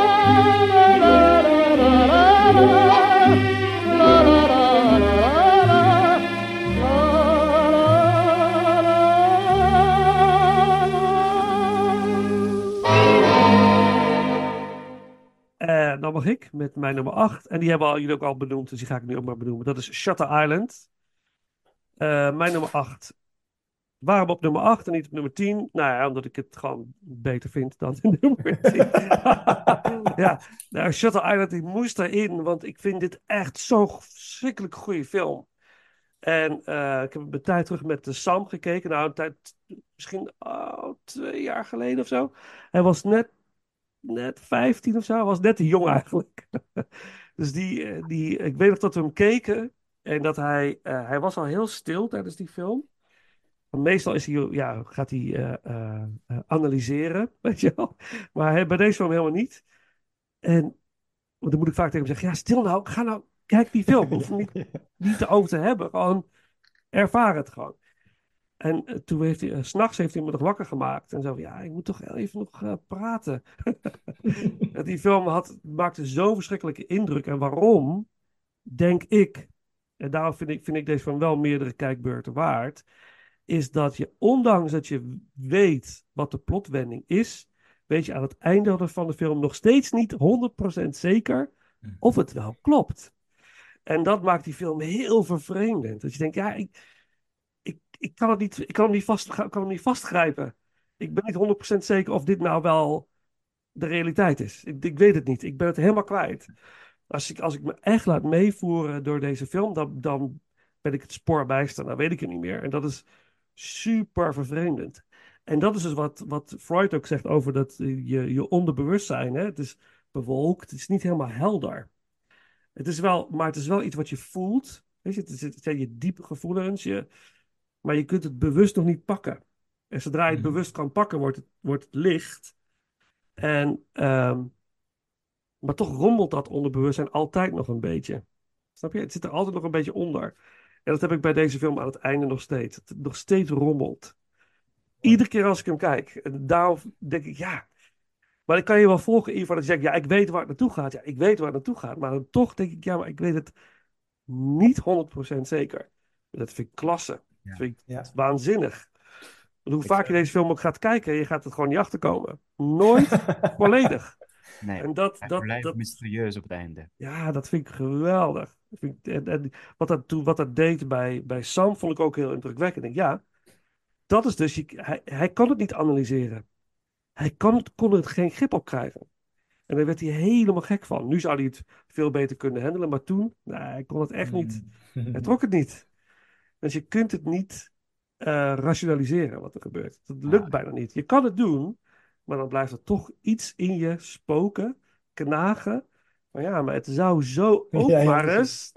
Dan mag ik met mijn nummer 8. En die hebben jullie ook al benoemd, dus die ga ik nu ook maar benoemen. Dat is Shutter Island. Mijn nummer 8. Waarom op nummer 8 en niet op nummer 10? Nou ja, omdat ik het gewoon beter vind dan de nummer 10. Ja, nou, Shutter Island, ik moest erin, want ik vind dit echt zo'n verschrikkelijk goede film. En ik heb een tijd terug met Sam gekeken. Nou, misschien 2 jaar geleden of zo. Hij was net 15 of zo. Hij was net te jong eigenlijk. Dus ik weet nog dat we hem keken. En dat hij was al heel stil tijdens die film. Meestal gaat hij analyseren, weet je wel. Maar bij deze film helemaal niet. En want dan moet ik vaak tegen hem zeggen, ja, stil nou, ga nou, kijk die film. Hoef er niet over te hebben, gewoon ervaar het gewoon. En toen heeft hij, 's nachts heeft hij me nog wakker gemaakt. En zo van, ja, ik moet toch even nog praten. Die film maakte zo'n verschrikkelijke indruk. En waarom, denk ik, en daarom vind ik deze film wel meerdere kijkbeurten waard, is dat je, ondanks dat je weet wat de plotwending is, weet je aan het einde van de film nog steeds niet 100% zeker of het wel klopt. En dat maakt die film heel vervreemdend. Dat je denkt, ja, ik kan het niet, ik kan hem niet vastgrijpen. Ik ben niet 100% zeker of dit nou wel de realiteit is. Ik weet het niet. Ik ben het helemaal kwijt. Als ik me echt laat meevoeren door deze film, dan ben ik het spoor bijster. Dan weet ik het niet meer. En dat is super vervreemdend. En dat is dus wat Freud ook zegt over dat je onderbewustzijn. Hè? Het is bewolkt. Het is niet helemaal helder. Maar het is wel iets wat je voelt. Weet je? Het zijn je diepe gevoelens. Maar je kunt het bewust nog niet pakken. En zodra je het bewust kan pakken, wordt het licht. En, maar toch rommelt dat onderbewustzijn altijd nog een beetje. Snap je? Het zit er altijd nog een beetje onder. En dat heb ik bij deze film aan het einde nog steeds. Het nog steeds rommelt. Iedere keer als ik hem kijk. En daarom denk ik, ja. Maar ik kan je wel volgen, Ivan, dat je zegt, ja, ik weet waar het naartoe gaat. Ja, ik weet waar het naartoe gaat. Maar dan toch denk ik, ja, maar ik weet het niet 100% zeker. Dat vind ik klasse. Dat vind ik waanzinnig. Want hoe vaak je deze film ook gaat kijken, je gaat het gewoon niet achterkomen. Nooit volledig. Nee, En het blijft mysterieus op het einde. Ja, dat vind ik geweldig. En wat dat deed bij Sam vond ik ook heel indrukwekkend. Ik denk, ja, dat is dus, hij kan het niet analyseren. Hij kon het geen grip op krijgen. En daar werd hij helemaal gek van. Nu zou hij het veel beter kunnen handelen, maar toen, nee, hij kon het echt niet. Hij trok het niet. Dus je kunt het niet rationaliseren wat er gebeurt. Dat lukt bijna niet. Je kan het doen, maar dan blijft er toch iets in je spoken, knagen. Maar ja, maar het zou zo ook maar eens.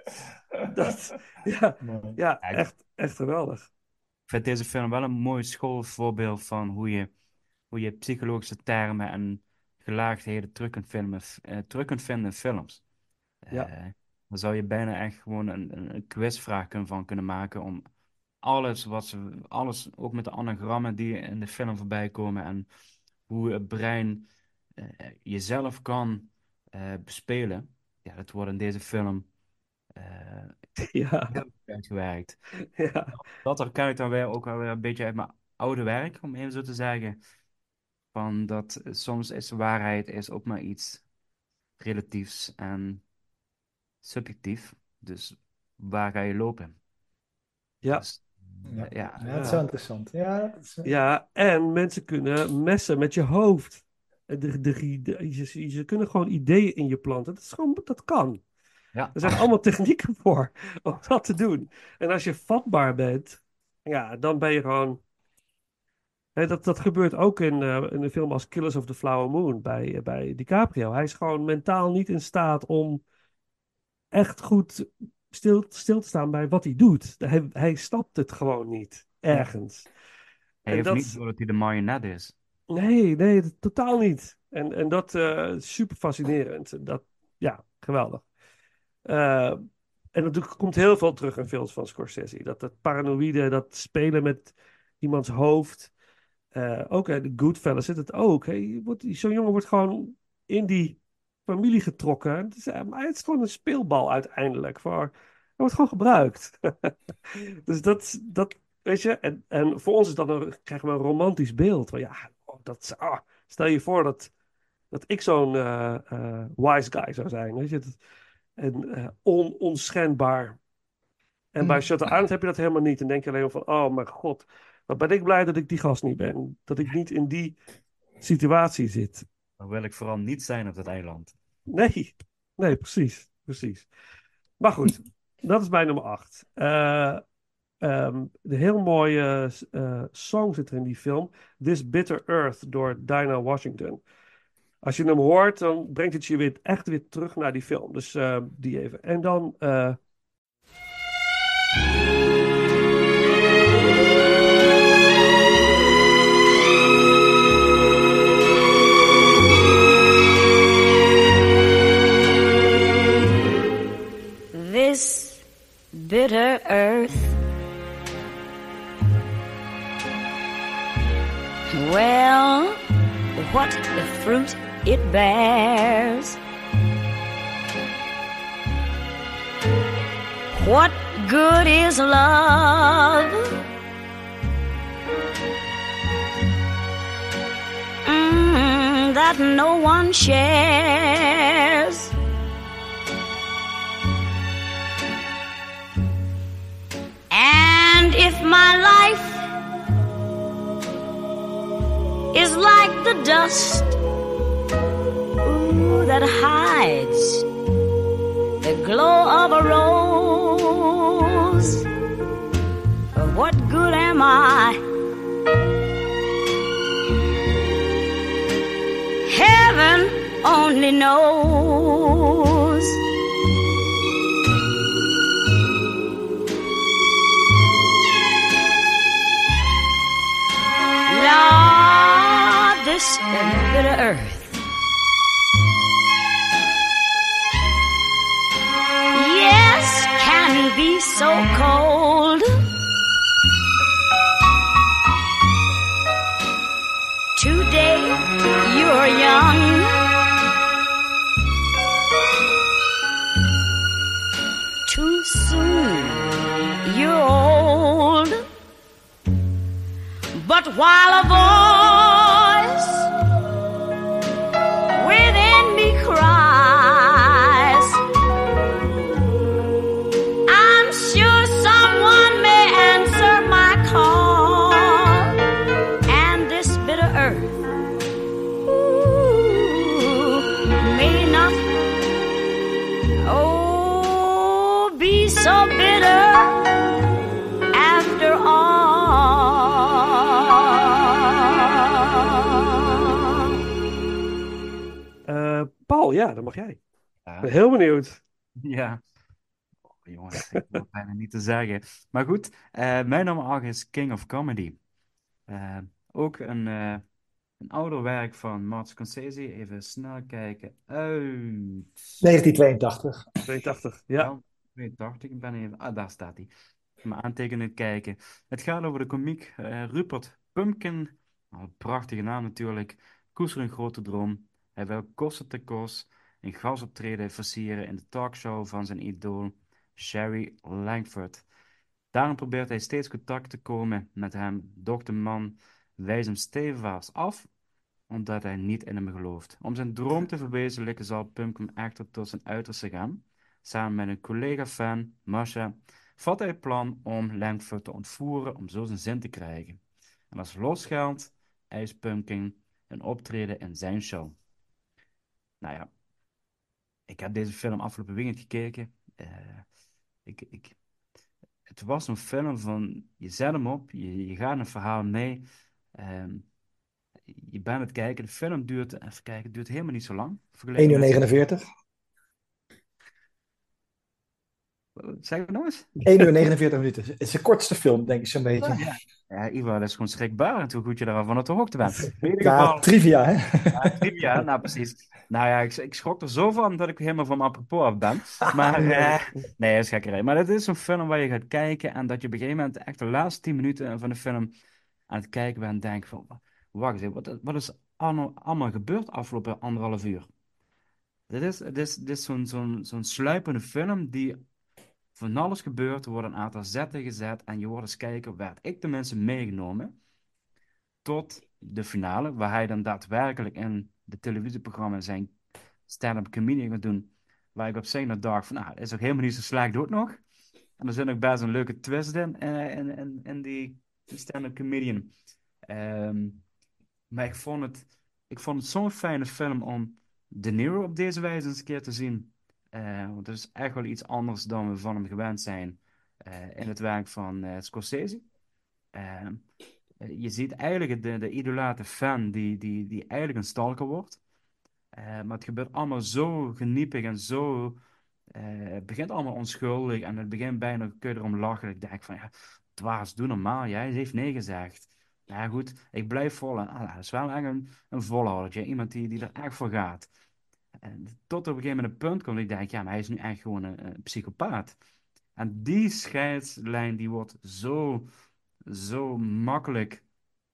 Echt geweldig. Ik vind deze film wel een mooi schoolvoorbeeld van hoe je psychologische termen en gelaagdheden terug kunt vinden in films. Dan zou je bijna echt gewoon een quizvraag van kunnen maken om alles, ook met de anagrammen die in de film voorbij komen en hoe het brein jezelf kan bespelen. Ja, dat wordt in deze film heel goed uitgewerkt. Dat herken ik dan weer ook wel weer een beetje uit mijn oude werk, om even zo te zeggen. Van dat soms is waarheid ook maar iets relatiefs en subjectief. Dus waar ga je lopen? Ja. Dus, Dat is wel interessant. Ja, en mensen kunnen messen met je hoofd. Ze kunnen gewoon ideeën in je planten. Dat kan. Ja. Er zijn allemaal technieken voor om dat te doen. En als je vatbaar bent, ja, dan ben je gewoon. Hè, dat gebeurt ook in een film als Killers of the Flower Moon bij DiCaprio. Hij is gewoon mentaal niet in staat om echt goed stil te staan bij wat hij doet. Hij snapt het gewoon niet, ergens. Hij heeft niet door dat hij de marionet is. Nee, totaal niet. En dat is super fascinerend. Geweldig. En natuurlijk komt heel veel terug in films van Scorsese. Dat paranoïde, dat spelen met iemands hoofd. Ook de Goodfellas zit het ook. Zo'n jongen wordt gewoon in die familie getrokken. Maar het is gewoon een speelbal uiteindelijk. Hij wordt gewoon gebruikt. Dus dat weet je. En voor ons krijgen we een romantisch beeld. Van, stel je voor dat ik zo'n wise guy zou zijn. Weet je. Onschendbaar. En bij Shutter Island heb je dat helemaal niet. Dan denk je alleen maar van, oh mijn god. Wat ben ik blij dat ik die gast niet ben. Dat ik niet in die situatie zit. Dan wil ik vooral niet zijn op dat eiland. Nee, precies. Maar goed, dat is mijn nummer 8. de heel mooie song zit er in die film. This Bitter Earth door Dinah Washington. Als je hem hoort, dan brengt het je echt weer terug naar die film. Dus die even. En dan... This bitter earth, well, what fruit it bears, what good is love? That no one shares. And if my life is like the dust, ooh, that hides the glow of a rose, what good am I? Heaven only knows. Lord, this bitter earth, yes, can be so cold. Today you're young, too soon you're old. But while a voice within me cries, I'm sure someone may answer my call, and this bitter earth, ooh, may not, oh, be so bitter after all. Paul, ja, dan mag jij. Ja. Ik ben heel benieuwd. Ja. Oh, jongens, ik hoef bijna niet te zeggen. Maar goed, mijn nummer 8 is King of Comedy. Ook een ouder werk van Martin Scorsese. Even snel kijken. Uit 1982. 82, ja. 82, ik ben even... daar staat hij. Mijn aantekeningen kijken. Het gaat over de komiek Rupert Pupkin. Een prachtige naam natuurlijk. Koester een grote droom. Hij wil kosten te kost een gastoptreden versieren in de talkshow van zijn idool Sherry Langford. Daarom probeert hij steeds contact te komen met hem, doch de man wijst hem stevast af, omdat hij niet in hem gelooft. Om zijn droom te verwezenlijken zal Pumpkin echter tot zijn uiterste gaan. Samen met een collega-fan, Masha, vat hij het plan om Langford te ontvoeren om zo zijn zin te krijgen. En als losgeld eist Pumpkin een optreden in zijn show. Nou ja, ik heb deze film afgelopen weekend gekeken. Het was een film van, je zet hem op, je gaat een verhaal mee. Je bent aan het kijken. De film duurt, even kijken, het duurt helemaal niet zo lang. 1 uur 49. Zeg het nog eens? 1 uur 49 minuten. Het is de kortste film, denk ik zo'n beetje. Ja, Ivar, dat is gewoon schrikbarend hoe goed je daarvan op de hoogte bent. In ieder Ja, geval, trivia, hè? ja, trivia, nou precies. Nou ja, ik schrok er zo van dat ik helemaal van mijn apropos af ben. Maar nee, dat is gekkerij. Maar het is een film waar je gaat kijken en dat je op een gegeven moment echt de laatste 10 minuten van de film aan het kijken bent en denkt van, wacht eens, wat is allemaal gebeurd afgelopen 1,5 uur? Dit is zo'n sluipende film die van alles gebeurt. Er worden een aantal zetten gezet en je wordt eens kijken, werd ik tenminste meegenomen tot de finale, waar hij dan daadwerkelijk in de televisieprogramma zijn stand-up comedian gaat doen, waar ik op zich nog dacht van, nou, is ook helemaal niet zo slecht ook nog. En er zit ook best een leuke twist in die stand-up comedian. Maar ik vond het zo'n fijne film om De Niro op deze wijze eens een keer te zien. Want het is echt wel iets anders dan we van hem gewend zijn. in het werk van Scorsese. Eh, je ziet eigenlijk de idolate fan die eigenlijk een stalker wordt. Maar het gebeurt allemaal zo geniepig en zo. Het begint allemaal onschuldig en het begint bijna kun je erom lachen. Ik denk van ja, dwaas, doe normaal. Jij heeft nee gezegd. Nou ja, goed, ik blijf vol. Dat is wel echt een volhoudertje. Iemand die er echt voor gaat. En tot op een gegeven moment een punt komt dat ik denk, ja, maar hij is nu echt gewoon een psychopaat. En die scheidslijn die wordt zo makkelijk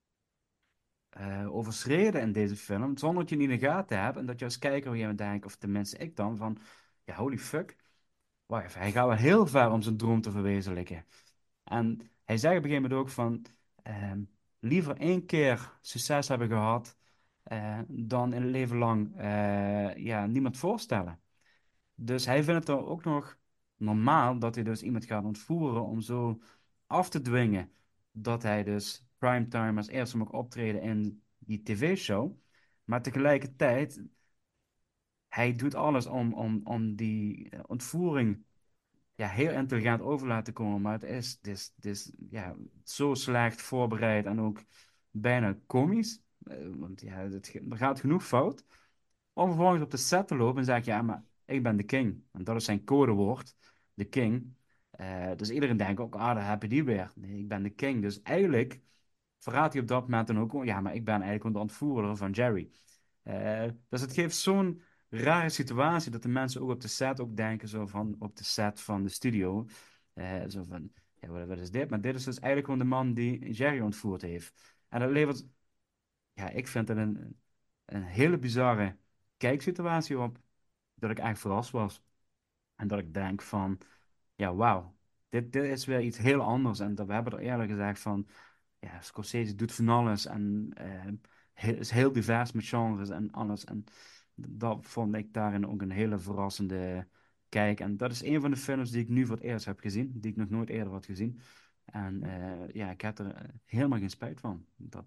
overschreden in deze film, zonder dat je het niet in de gaten hebt en dat je als kijker op een gegeven moment denkt, of tenminste ik dan, van, ja, holy fuck, wacht even, hij gaat wel heel ver om zijn droom te verwezenlijken. En hij zegt op een gegeven moment ook van, ehm, liever één keer succes hebben gehad, dan een leven lang ja, niemand voorstellen. Dus hij vindt het dan ook nog normaal dat hij dus iemand gaat ontvoeren om zo af te dwingen dat hij dus primetime als eerste mag optreden in die tv-show. Maar tegelijkertijd, hij doet alles om die ontvoering ja, heel intelligent over laten komen. Maar het is ja, zo slecht voorbereid en ook bijna komisch. Want ja, er gaat genoeg fout. Om vervolgens op de set te lopen en zeg je, ja, maar ik ben de king. En dat is zijn codewoord, de king. Dus iedereen denkt ook, daar heb je die weer. Nee, ik ben de king. Dus eigenlijk verraadt hij op dat moment dan ook, ja, maar ik ben eigenlijk de ontvoerder van Jerry. Dus het geeft zo'n rare situatie dat de mensen ook op de set ook denken, zo van, op de set van de studio. Zo van, ja, wat is dit? Maar dit is dus eigenlijk gewoon de man die Jerry ontvoerd heeft. En dat levert, ja, ik vind het een hele bizarre kijksituatie op, dat ik echt verrast was. En dat ik denk van, ja, wauw, dit is weer iets heel anders. En dat we hebben er eerlijk gezegd van, ja, Scorsese doet van alles en is heel divers met genres en alles. En dat vond ik daarin ook een hele verrassende kijk. En dat is een van de films die ik nu voor het eerst heb gezien, die ik nog nooit eerder had gezien. En ja, ik heb er helemaal geen spijt van.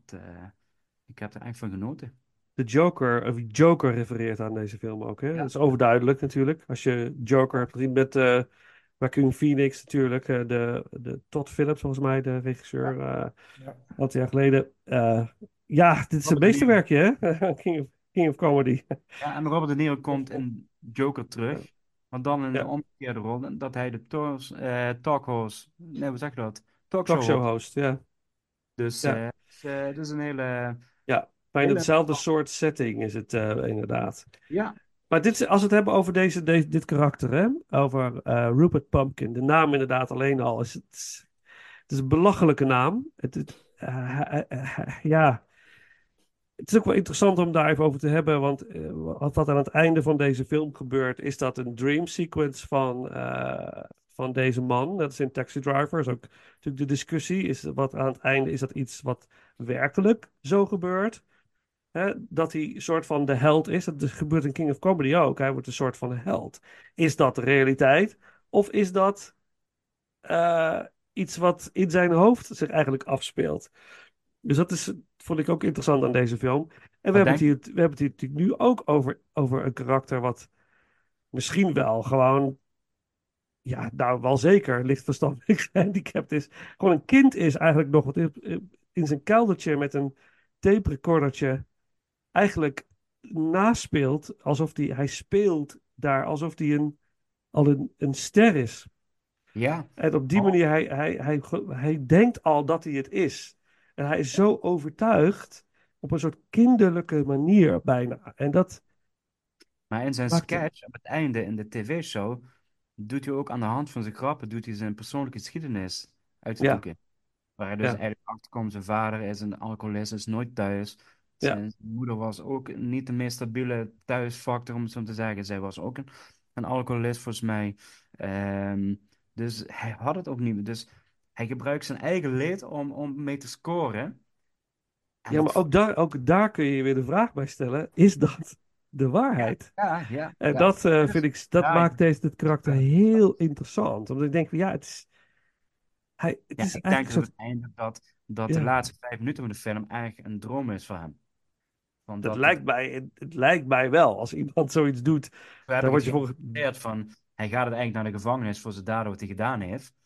Ik heb er echt van genoten. De Joker, of Joker refereert aan deze film ook. Hè? Ja. Dat is overduidelijk natuurlijk. Als je Joker hebt gezien met Joaquin Phoenix natuurlijk. De Todd Phillips volgens mij, de regisseur. Ja. Een aantal jaar geleden. Ja, dit is een meesterwerkje hè. King of Comedy. Ja, en Robert De Niro komt in Joker terug. Maar dan in Ja. een omgekeerde rol. Dat hij de talkhost... Nee, hoe zeg je dat? Talkshow host, ja. Dus Ja. het is een hele... Ja, bijna hele- hetzelfde soort setting is het inderdaad. Ja, Maar als we het hebben over dit karakter, hè? Over Rupert Pumpkin. De naam inderdaad alleen al. Het is een belachelijke naam. Ja, het is ook wel interessant om daar even over te hebben. Want wat aan het einde van deze film gebeurt, is dat een dream sequence van deze man. Dat is in Taxi Driver. Is ook natuurlijk de discussie. Is wat aan het einde, is dat iets wat werkelijk zo gebeurt? Hè, dat hij een soort van de held is. Dat gebeurt in King of Comedy ook. Hij wordt een soort van held. Is dat de realiteit? Of is dat iets wat in zijn hoofd zich eigenlijk afspeelt? Dus dat vond ik ook interessant aan deze film. En we hebben het hier natuurlijk nu ook over een karakter wat misschien wel gewoon, ja, nou wel zeker licht verstandelijk gehandicapt is. Gewoon een kind is eigenlijk nog wat in zijn keldertje met een tape recordertje eigenlijk naspeelt alsof hij speelt daar alsof hij al een ster is. ja. En op die manier, hij denkt al dat hij het is. En hij is zo overtuigd op een soort kinderlijke manier bijna. En dat Maar in zijn maakt sketch op het einde in de tv-show doet hij ook aan de hand van zijn grappen doet hij zijn persoonlijke geschiedenis uitzoeken. Waar hij dus Ja. eigenlijk achterkomt, zijn vader is een alcoholist, is nooit thuis. Zijn moeder was ook niet de meest stabiele thuisfactor, om het zo te zeggen. Zij was ook een alcoholist, volgens mij. Dus hij had het ook niet meer. Dus hij gebruikt zijn eigen leed om mee te scoren. En Ja, maar ook daar kun je je weer de vraag bij stellen: is dat de waarheid? ja. En Ja. dat vind ik, dat Ja, maakt dit karakter heel interessant. Omdat ik denk van ja, het is ik denk eigenlijk dus een op soort. het einde dat Ja. de laatste 5 minuten van de film eigenlijk een droom is voor hem. Van Dat dat het lijkt mij wel. Als iemand zoiets doet, we hebben dan word je het volgens. geïnterpreteerd van hij gaat het eigenlijk naar de gevangenis voor zijn daden wat hij gedaan heeft.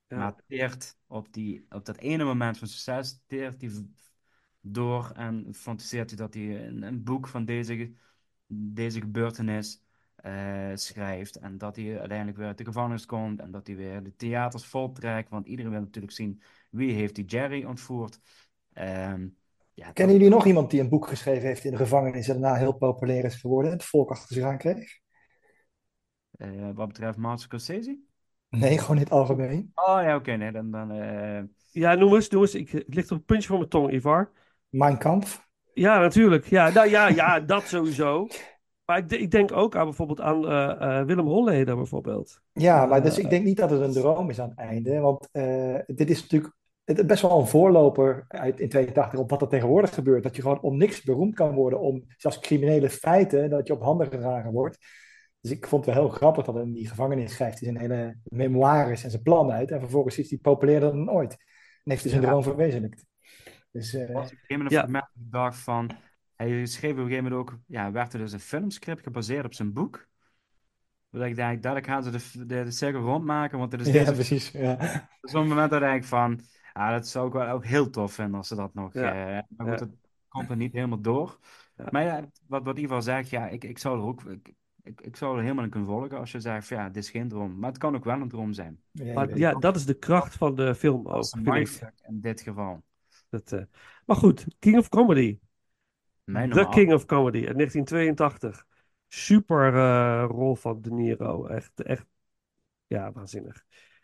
Ja. Maar teert op dat ene moment van succes, teert hij door en fantaseert hij dat hij een boek van deze gebeurtenis schrijft. En dat hij uiteindelijk weer uit de gevangenis komt en dat hij weer de theaters voltrekt. Want iedereen wil natuurlijk zien wie heeft die Jerry ontvoerd. Ja, Kennen jullie nog iemand die een boek geschreven heeft in de gevangenis en daarna heel populair is geworden en het volk achter zich aan kreeg? wat betreft Martin Scorsese? Nee, gewoon in het algemeen. Oh ja, oké. Nee, dan Ja, noem eens. Het ligt op een puntje van mijn tong, Ivar. Mein Kampf. Ja, natuurlijk. Ja, nou, ja, dat sowieso. Maar ik denk ook aan bijvoorbeeld aan Willem Holleder bijvoorbeeld. Ja, maar dus ik denk niet dat het een droom is aan het einde. Want dit is natuurlijk best wel een voorloper in 82 op wat er tegenwoordig gebeurt. Dat je gewoon om niks beroemd kan worden, om zelfs criminele feiten, dat je op handen gedragen wordt. Dus ik vond het wel heel grappig dat in die gevangenis schrijft hij zijn hele memoires en zijn plannen uit. En vervolgens is hij populairder dan ooit. En heeft hij zijn droom verwezenlijkt. Dus, was op een gegeven moment een fragment dat ik dacht van... Hij schreef op een gegeven moment ook... Ja, werd er dus een filmscript gebaseerd op zijn boek. Dat ik denk, dadelijk gaan ze de cirkel rondmaken, want het is ja, precies. Ja. Zo'n moment dat ik denk van... Ja, dat zou ik wel ook heel tof vinden als ze dat nog... Ja. maar goed, het komt er niet helemaal door. Ja. Maar ja, wat Ivar zegt, ja, ik zou er ook... Ik zou er helemaal in kunnen volgen als je zegt van ja, dit is geen droom. Maar het kan ook wel een droom zijn. Maar ja, dat is de kracht van de film ook. Dat is een mindfuck in dit geval. Maar goed, King of Comedy. The King of Comedy uit 1982. Super rol van De Niro. Echt, ja, waanzinnig.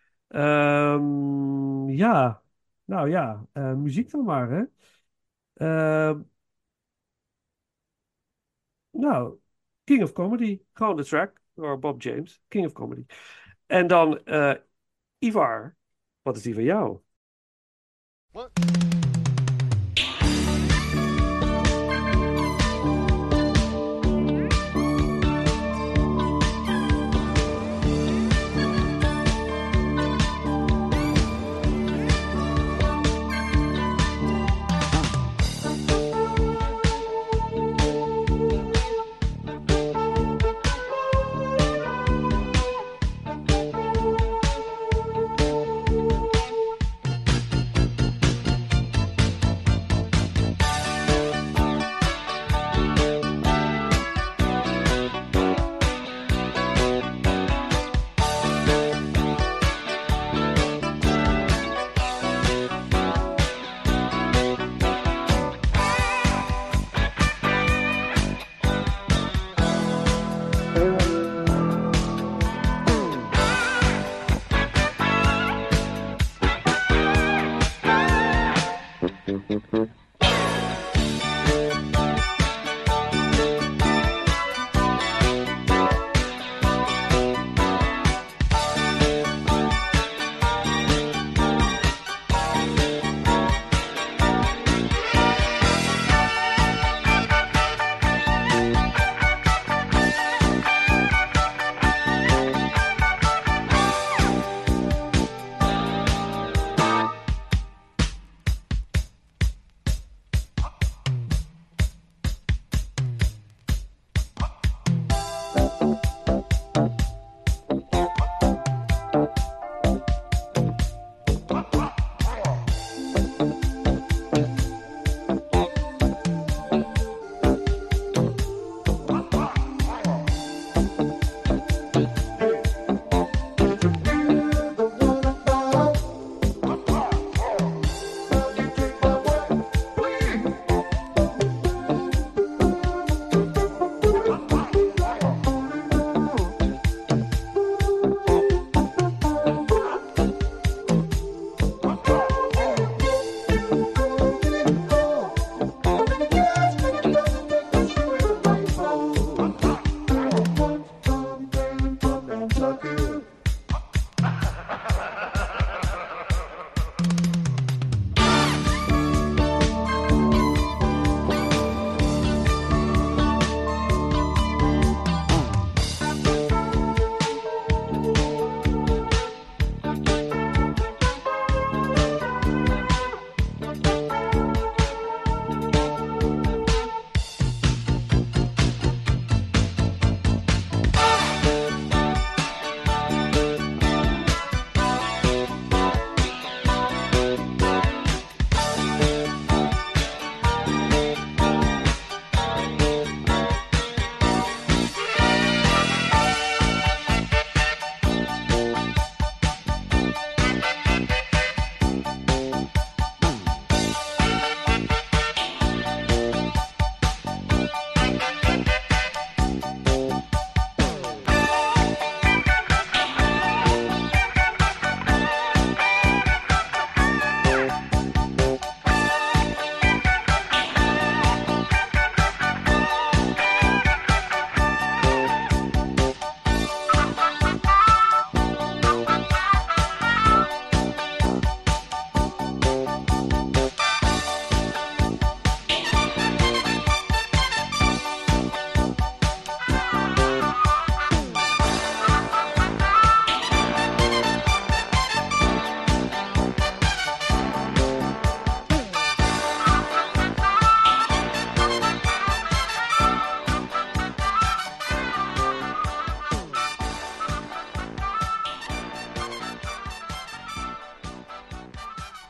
Ja, nou ja, muziek dan maar, hè. Nou, King of Comedy. Gewoon de track door Bob James. King of Comedy. En dan Ivar. Wat is die van jou?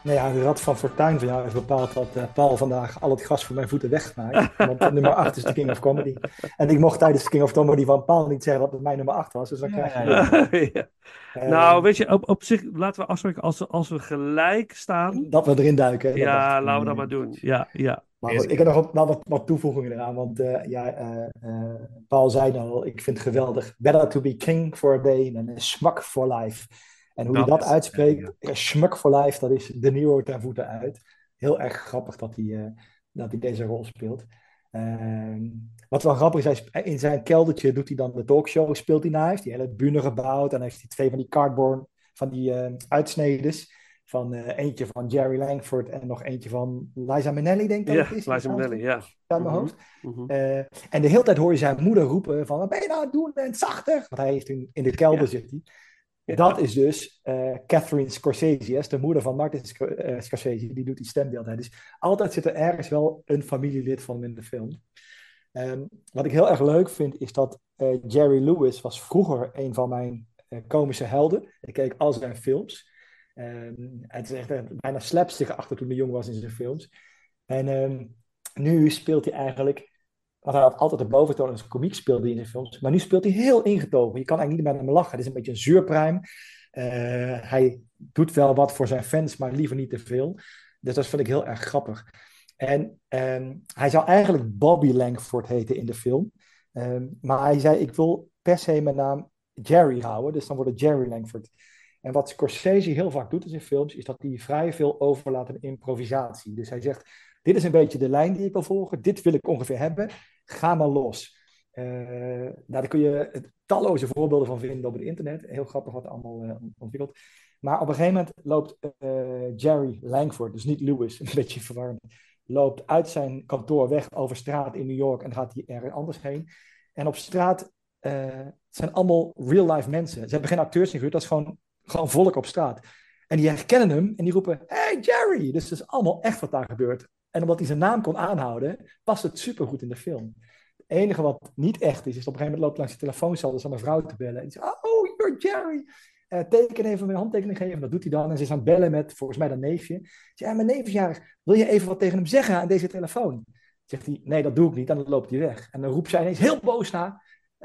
Nou ja, de Rad van Fortuin van jou heeft bepaald dat Paul vandaag al het gras voor mijn voeten wegmaakt. Want nummer 8 is de King of Comedy. En ik mocht tijdens de King of Comedy van Paul niet zeggen dat het mijn nummer 8 was. Dus dan krijg je... Ja. Nou, weet je, op zich laten we afspreken als we gelijk staan. Dat we erin duiken. Hè? Ja, laten we dat maar doen. Ja. Maar goed, ik heb nog wel wat toevoegingen eraan. Want Paul zei al, ik vind het geweldig. Better to be king for a day than a schmuck for life. En hoe hij dat uitspreekt, schmuck for life, dat is De Niro ten voeten uit. Heel erg grappig dat hij deze rol speelt. Wat wel grappig is, in zijn keldertje doet hij dan de talkshow, speelt hij naar. Hij heeft die hele bühne gebouwd en hij heeft die 2 van die cardboard, van die uitsnedes. Van eentje van Jerry Langford en nog eentje van Liza Minnelli, denk ik dat het is. Liza Minnelli, ja. Uit mijn hoofd. En de hele tijd hoor je zijn moeder roepen van, wat ben je nou aan het doen? En zachter. Want hij heeft in de kelder zit hij. Ja. Dat is dus Catherine Scorsese, de moeder van Martin Scorsese. Die doet die stem de hele tijd. Dus altijd zit er ergens wel een familielid van hem in de film. Wat ik heel erg leuk vind, is dat Jerry Lewis was vroeger een van mijn komische helden. Ik keek al zijn films. Het is echt bijna slapstick-achtig toen hij jong was in zijn films. En nu speelt hij eigenlijk... Want hij had altijd de boventoon als komiek speelde hij in zijn films. Maar nu speelt hij heel ingetogen. Je kan eigenlijk niet met hem lachen. Het is een beetje een zuurpruim. Hij doet wel wat voor zijn fans, maar liever niet te veel. Dus dat vind ik heel erg grappig. En hij zou eigenlijk Bobby Langford heten in de film. Maar hij zei, ik wil per se mijn naam Jerry houden. Dus dan wordt het Jerry Langford. En wat Scorsese heel vaak doet in zijn films, is dat hij vrij veel overlaat aan improvisatie. Dus hij zegt, dit is een beetje de lijn die ik wil volgen. Dit wil ik ongeveer hebben. Ga maar los. Daar kun je talloze voorbeelden van vinden op het internet. Heel grappig wat er allemaal ontwikkelt. Maar op een gegeven moment loopt Jerry Langford, dus niet Lewis, een beetje verwarrend, loopt uit zijn kantoor weg over straat in New York en gaat hij ergens anders heen. En op straat zijn allemaal real-life mensen. Ze hebben geen acteurs ingehuurd, dat is gewoon volk op straat. En die herkennen hem en die roepen, hey Jerry! Dus het is allemaal echt wat daar gebeurt. En omdat hij zijn naam kon aanhouden, past het supergoed in de film. Het enige wat niet echt is, op een gegeven moment loopt langs de telefooncel dus aan een vrouw te bellen. En die zegt, oh, you're Jerry. Teken even, mijn handtekening geven. Dat doet hij dan. En ze is aan het bellen met, volgens mij, dat neefje. Ze zegt, ja, mijn neef is jarig. Wil je even wat tegen hem zeggen aan deze telefoon? Zegt hij, nee, dat doe ik niet. En dan loopt hij weg. En dan roept zij ineens heel boos na.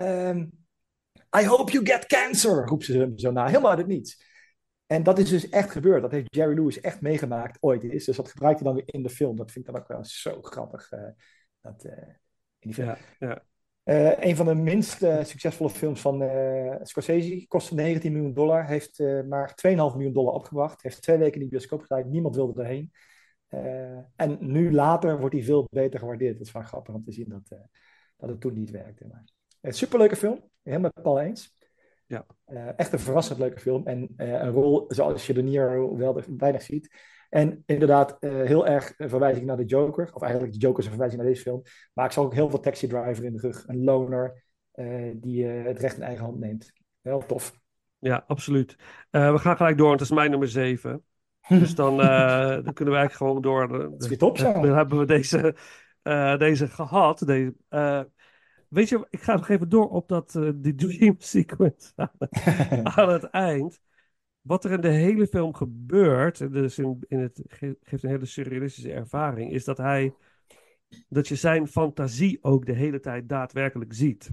I hope you get cancer, roept ze hem zo na. Helemaal uit het niets. En dat is dus echt gebeurd. Dat heeft Jerry Lewis echt meegemaakt ooit is. Dus dat gebruikt hij dan weer in de film. Dat vind ik dan ook wel zo grappig. In die film. Ja. Een van de minst succesvolle films van Scorsese. Kostte $19 miljoen. Heeft maar $2,5 miljoen opgebracht. Heeft 2 weken in de bioscoop gedaan. Niemand wilde erheen. En nu later wordt hij veel beter gewaardeerd. Dat is wel grappig om te zien dat het toen niet werkte. Maar, superleuke film. Helemaal met Paul eens. Ja. Echt een verrassend leuke film. En een rol zoals je De Niro wel weinig ziet. En inderdaad heel erg verwijzing naar de Joker. Of eigenlijk de Joker is een verwijzing naar deze film. Maar ik zag ook heel veel Taxi Driver in de rug. Een loner die het recht in eigen hand neemt. Heel tof. Ja, absoluut. We gaan gelijk door, want het is mijn nummer 7. Dus dan kunnen we eigenlijk gewoon door. Dat is weer top, zo. Dan hebben we deze gehad. Weet je, ik ga nog even door op die dream sequence aan het eind. Wat er in de hele film gebeurt, dus het geeft een hele surrealistische ervaring, is dat je zijn fantasie ook de hele tijd daadwerkelijk ziet.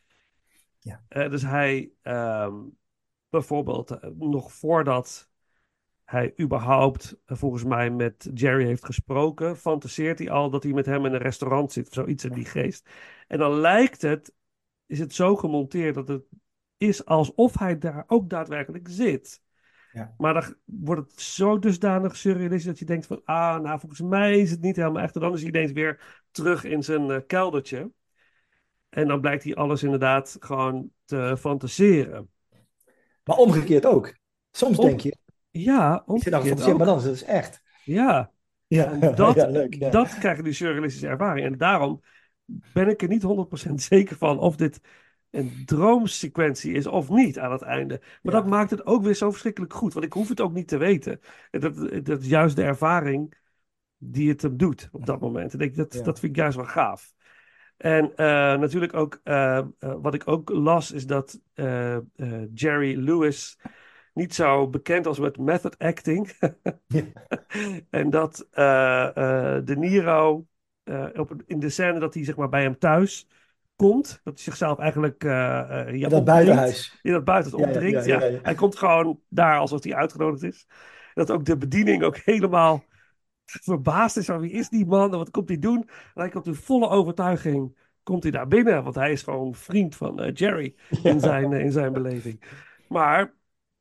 Ja. Dus hij, bijvoorbeeld, nog voordat hij überhaupt volgens mij met Jerry heeft gesproken, fantaseert hij al dat hij met hem in een restaurant zit of zoiets in die geest. En dan is het zo gemonteerd dat het is alsof hij daar ook daadwerkelijk zit. Ja. Maar dan wordt het zo dusdanig surrealistisch dat je denkt van, nou volgens mij is het niet helemaal echt. En dan is hij ineens weer terug in zijn keldertje. En dan blijkt hij alles inderdaad gewoon te fantaseren. Maar omgekeerd ook. Soms denk je, ja, omgekeerd maar dan is het dus echt. Ja. Ja. En dat krijg je die surrealistische ervaring. En daarom ben ik er niet 100% zeker van of dit een droomsequentie is of niet aan het einde. Maar dat maakt het ook weer zo verschrikkelijk goed. Want ik hoef het ook niet te weten. Dat is juist de ervaring die het hem doet op dat moment. En dat vind ik juist wel gaaf. En natuurlijk ook, wat ik ook las, is dat Jerry Lewis niet zo bekend als met method acting. En dat De Niro in de scène dat hij zeg maar bij hem thuis komt, dat hij zichzelf eigenlijk In dat buitenhuis. in dat buitenhuis opdringt. Ja. Hij komt gewoon daar alsof hij uitgenodigd is. Dat ook de bediening ook helemaal verbaasd is van wie is die man en wat komt hij doen? En hij komt in volle overtuiging komt hij daar binnen, want hij is gewoon vriend van Jerry in zijn beleving. Maar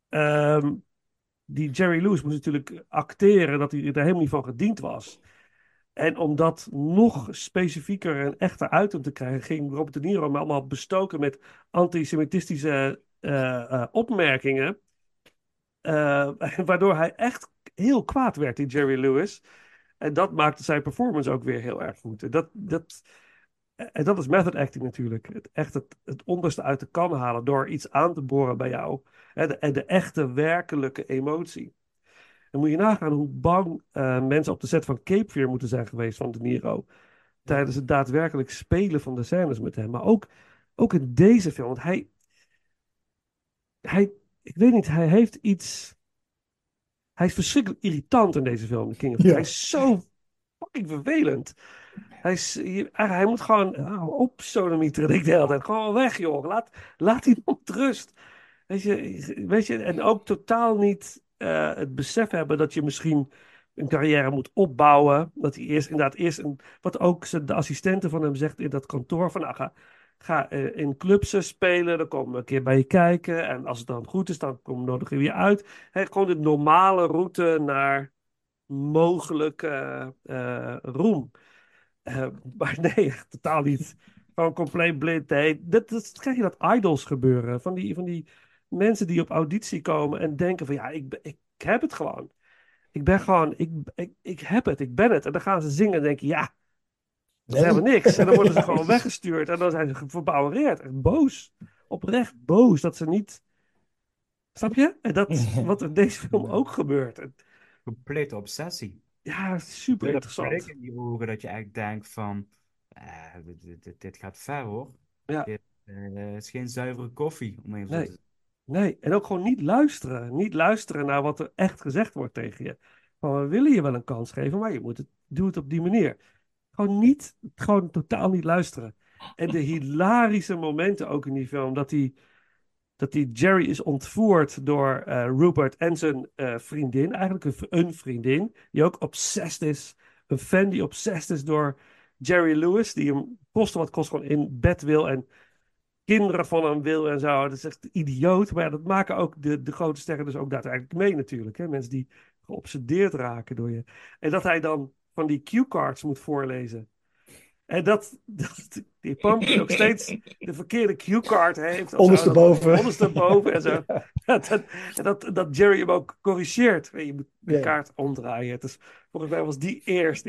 die Jerry Lewis moest natuurlijk acteren dat hij er helemaal niet van gediend was. En om dat nog specifieker en echter uit hem te krijgen, ging Robert De Niro hem allemaal bestoken met antisemitistische opmerkingen. Waardoor hij echt heel kwaad werd, die Jerry Lewis. En dat maakte zijn performance ook weer heel erg goed. En dat is method acting natuurlijk. Het onderste uit de kan halen door iets aan te boren bij jou. En de echte, werkelijke emotie. Dan moet je nagaan hoe bang mensen op de set van Cape Fear moeten zijn geweest van De Niro. Tijdens het daadwerkelijk spelen van de scènes met hem. Maar ook in deze film. Want ik weet niet, hij heeft iets... Hij is verschrikkelijk irritant in deze film, The King of Comedy. Hij is zo fucking vervelend. Hij moet gewoon op sodemieteren, denk ik de hele tijd. Gewoon weg, joh. Laat die man met rust. Weet je, en ook totaal niet het besef hebben dat je misschien een carrière moet opbouwen. Dat hij eerst wat ook de assistente van hem zegt in dat kantoor, van ga in clubs spelen, dan komen we een keer bij je kijken. En als het dan goed is, dan nodigen we je uit. Gewoon de normale route naar mogelijke roem. Maar nee, totaal niet. Gewoon compleet blind. Nee, dat krijg je dat idols gebeuren. Van die mensen die op auditie komen en denken van ik heb het gewoon. Ik ben gewoon, ik heb het, ik ben het. En dan gaan ze zingen en denken dat is helemaal niks. En dan worden ze gewoon weggestuurd. En dan zijn ze verbouwereerd. Echt boos. Oprecht boos. Dat ze niet... Snap je? En dat is wat in deze film ook gebeurt. Complete obsessie. Ja, super interessant. In die ogen dat je eigenlijk denkt van... dit gaat ver, hoor. Ja. Dit is geen zuivere koffie, om even zo te zeggen. Nee, en ook gewoon niet luisteren. Niet luisteren naar wat er echt gezegd wordt tegen je. Van, we willen je wel een kans geven, maar doe het op die manier. Gewoon totaal niet luisteren. En de hilarische momenten ook in die film, dat die Jerry is ontvoerd door Rupert en zijn vriendin. Eigenlijk een vriendin, die ook obsessed is. Een fan die obsessed is door Jerry Lewis, die hem koste wat kost gewoon in bed wil en kinderen van hem wil en zo. Dat is echt idioot. Maar dat maken ook de grote sterren dus ook daadwerkelijk mee natuurlijk. Hè? Mensen die geobsedeerd raken door je. En dat hij dan van die cue-cards moet voorlezen. En die Pumpkin ook steeds de verkeerde cue-card heeft. Ondersteboven en zo. Dat Jerry hem ook corrigeert. Je moet de kaart omdraaien. Dus volgens mij was die eerst.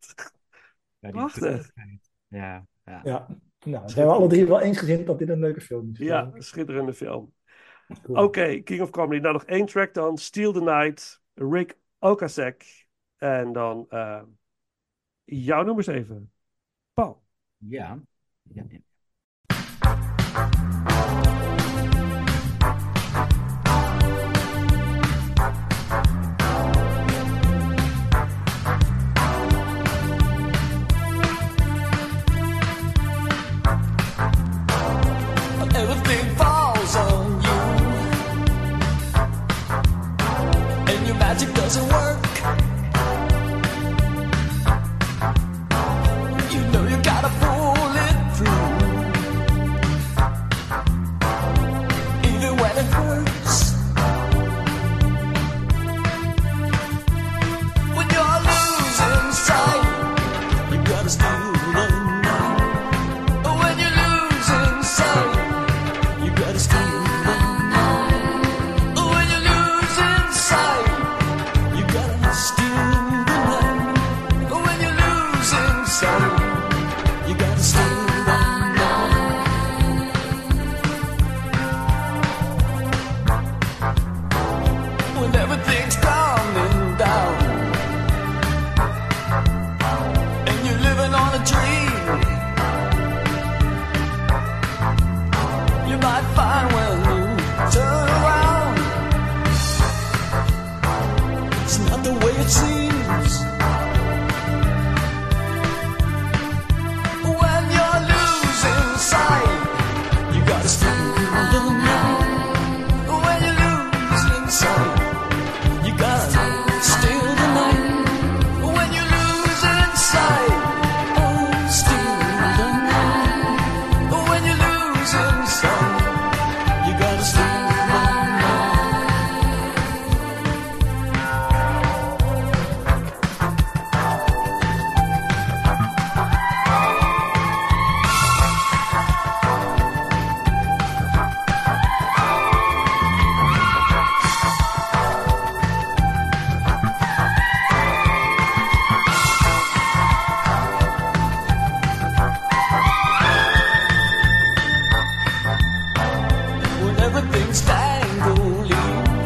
Prachtig. Ja. Nou, zijn we alle drie wel eensgezind dat dit een leuke film is. Ja, een schitterende film. Cool. Oké, King of Comedy. Nou, nog 1 track dan. Steal the Night, Rick Ocasek. En dan jouw nummers even. Paul. Ja. Everything falls on you, and your magic doesn't work. You know you gotta pull it through. it seems. When you're losing sight, you gotta steal the night. When you're losing sight, you gotta steal the night. When you're losing sight, oh, steal the night. When you're losing sight, you gotta steal the night. When everything's tangling,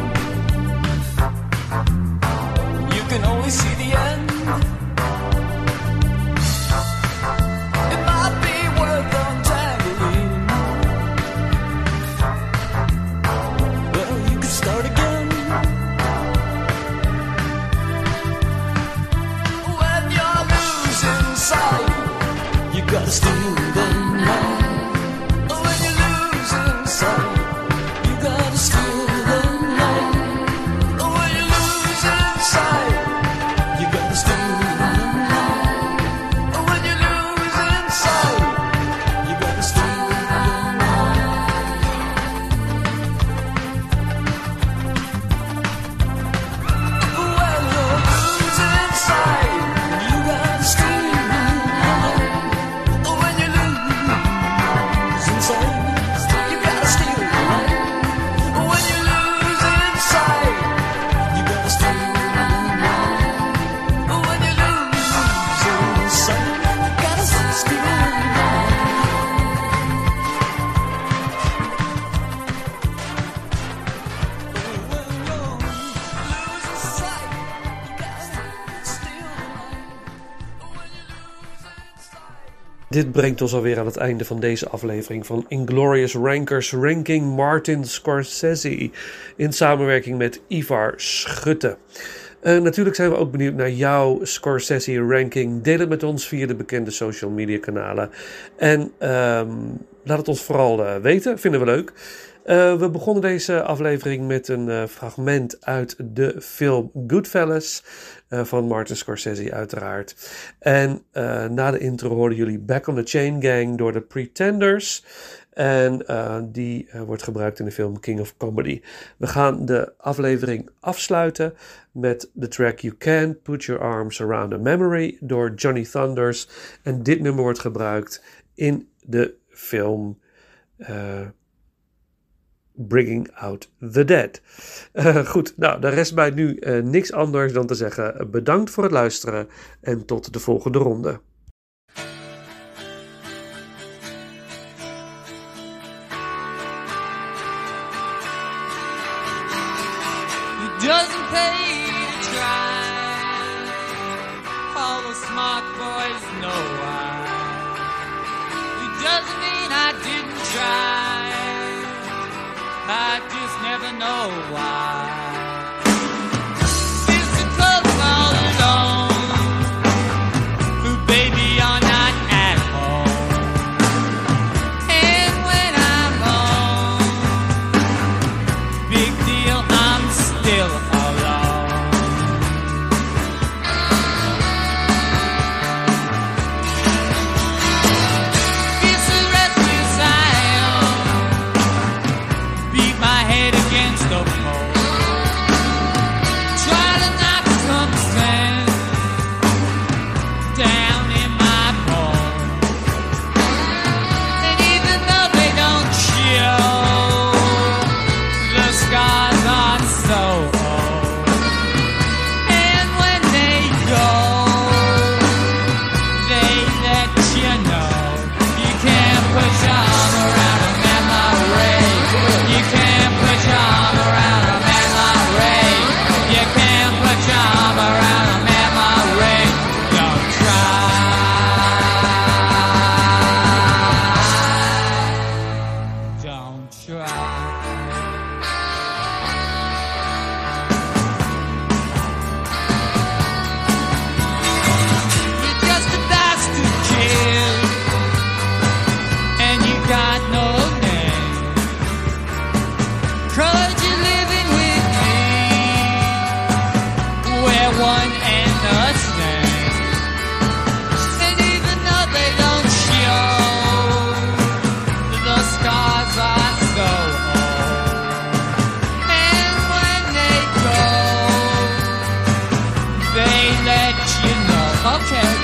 you can only see the end. It might be worth untangling. Well, you can start again. When you're losing sight, you gotta steal the night. When you're losing sight, you gotta steal the night. When you're losing sight, you gotta steal the night. When you're losing sight, you gotta steal the night. When you're losing sight, you gotta steal the night. When you're losing sight, you gotta steal the night. When you're losing sight, you gotta steal the night. When you're losing sight, you gotta steal the night. Dit brengt ons alweer aan het einde van deze aflevering van Inglorious Rankers Ranking Martin Scorsese in samenwerking met Ivar Schutte. Natuurlijk zijn we ook benieuwd naar jouw Scorsese ranking. Deel het met ons via de bekende social media kanalen. En laat het ons vooral weten, vinden we leuk. We begonnen deze aflevering met een fragment uit de film Goodfellas van Martin Scorsese uiteraard. En na de intro hoorden jullie Back on the Chain Gang door de Pretenders. En die wordt gebruikt in de film King of Comedy. We gaan de aflevering afsluiten met de track You Can't Put Your Arms Around a Memory door Johnny Thunders. En dit nummer wordt gebruikt in de film Bringing Out the Dead. Goed, nou, de rest mij nu niks anders dan te zeggen bedankt voor het luisteren en tot de volgende ronde. It doesn't pay to try. All the smart boys know why. It doesn't mean I didn't try. I just never know why. It's because all alone, who baby you're not at home. And when I'm home, big deal, I'm still alone. It's a restless I am. Beat my head against the pole. listening. And even though they don't show, the scars are so old. And when they go, they let you know. Okay.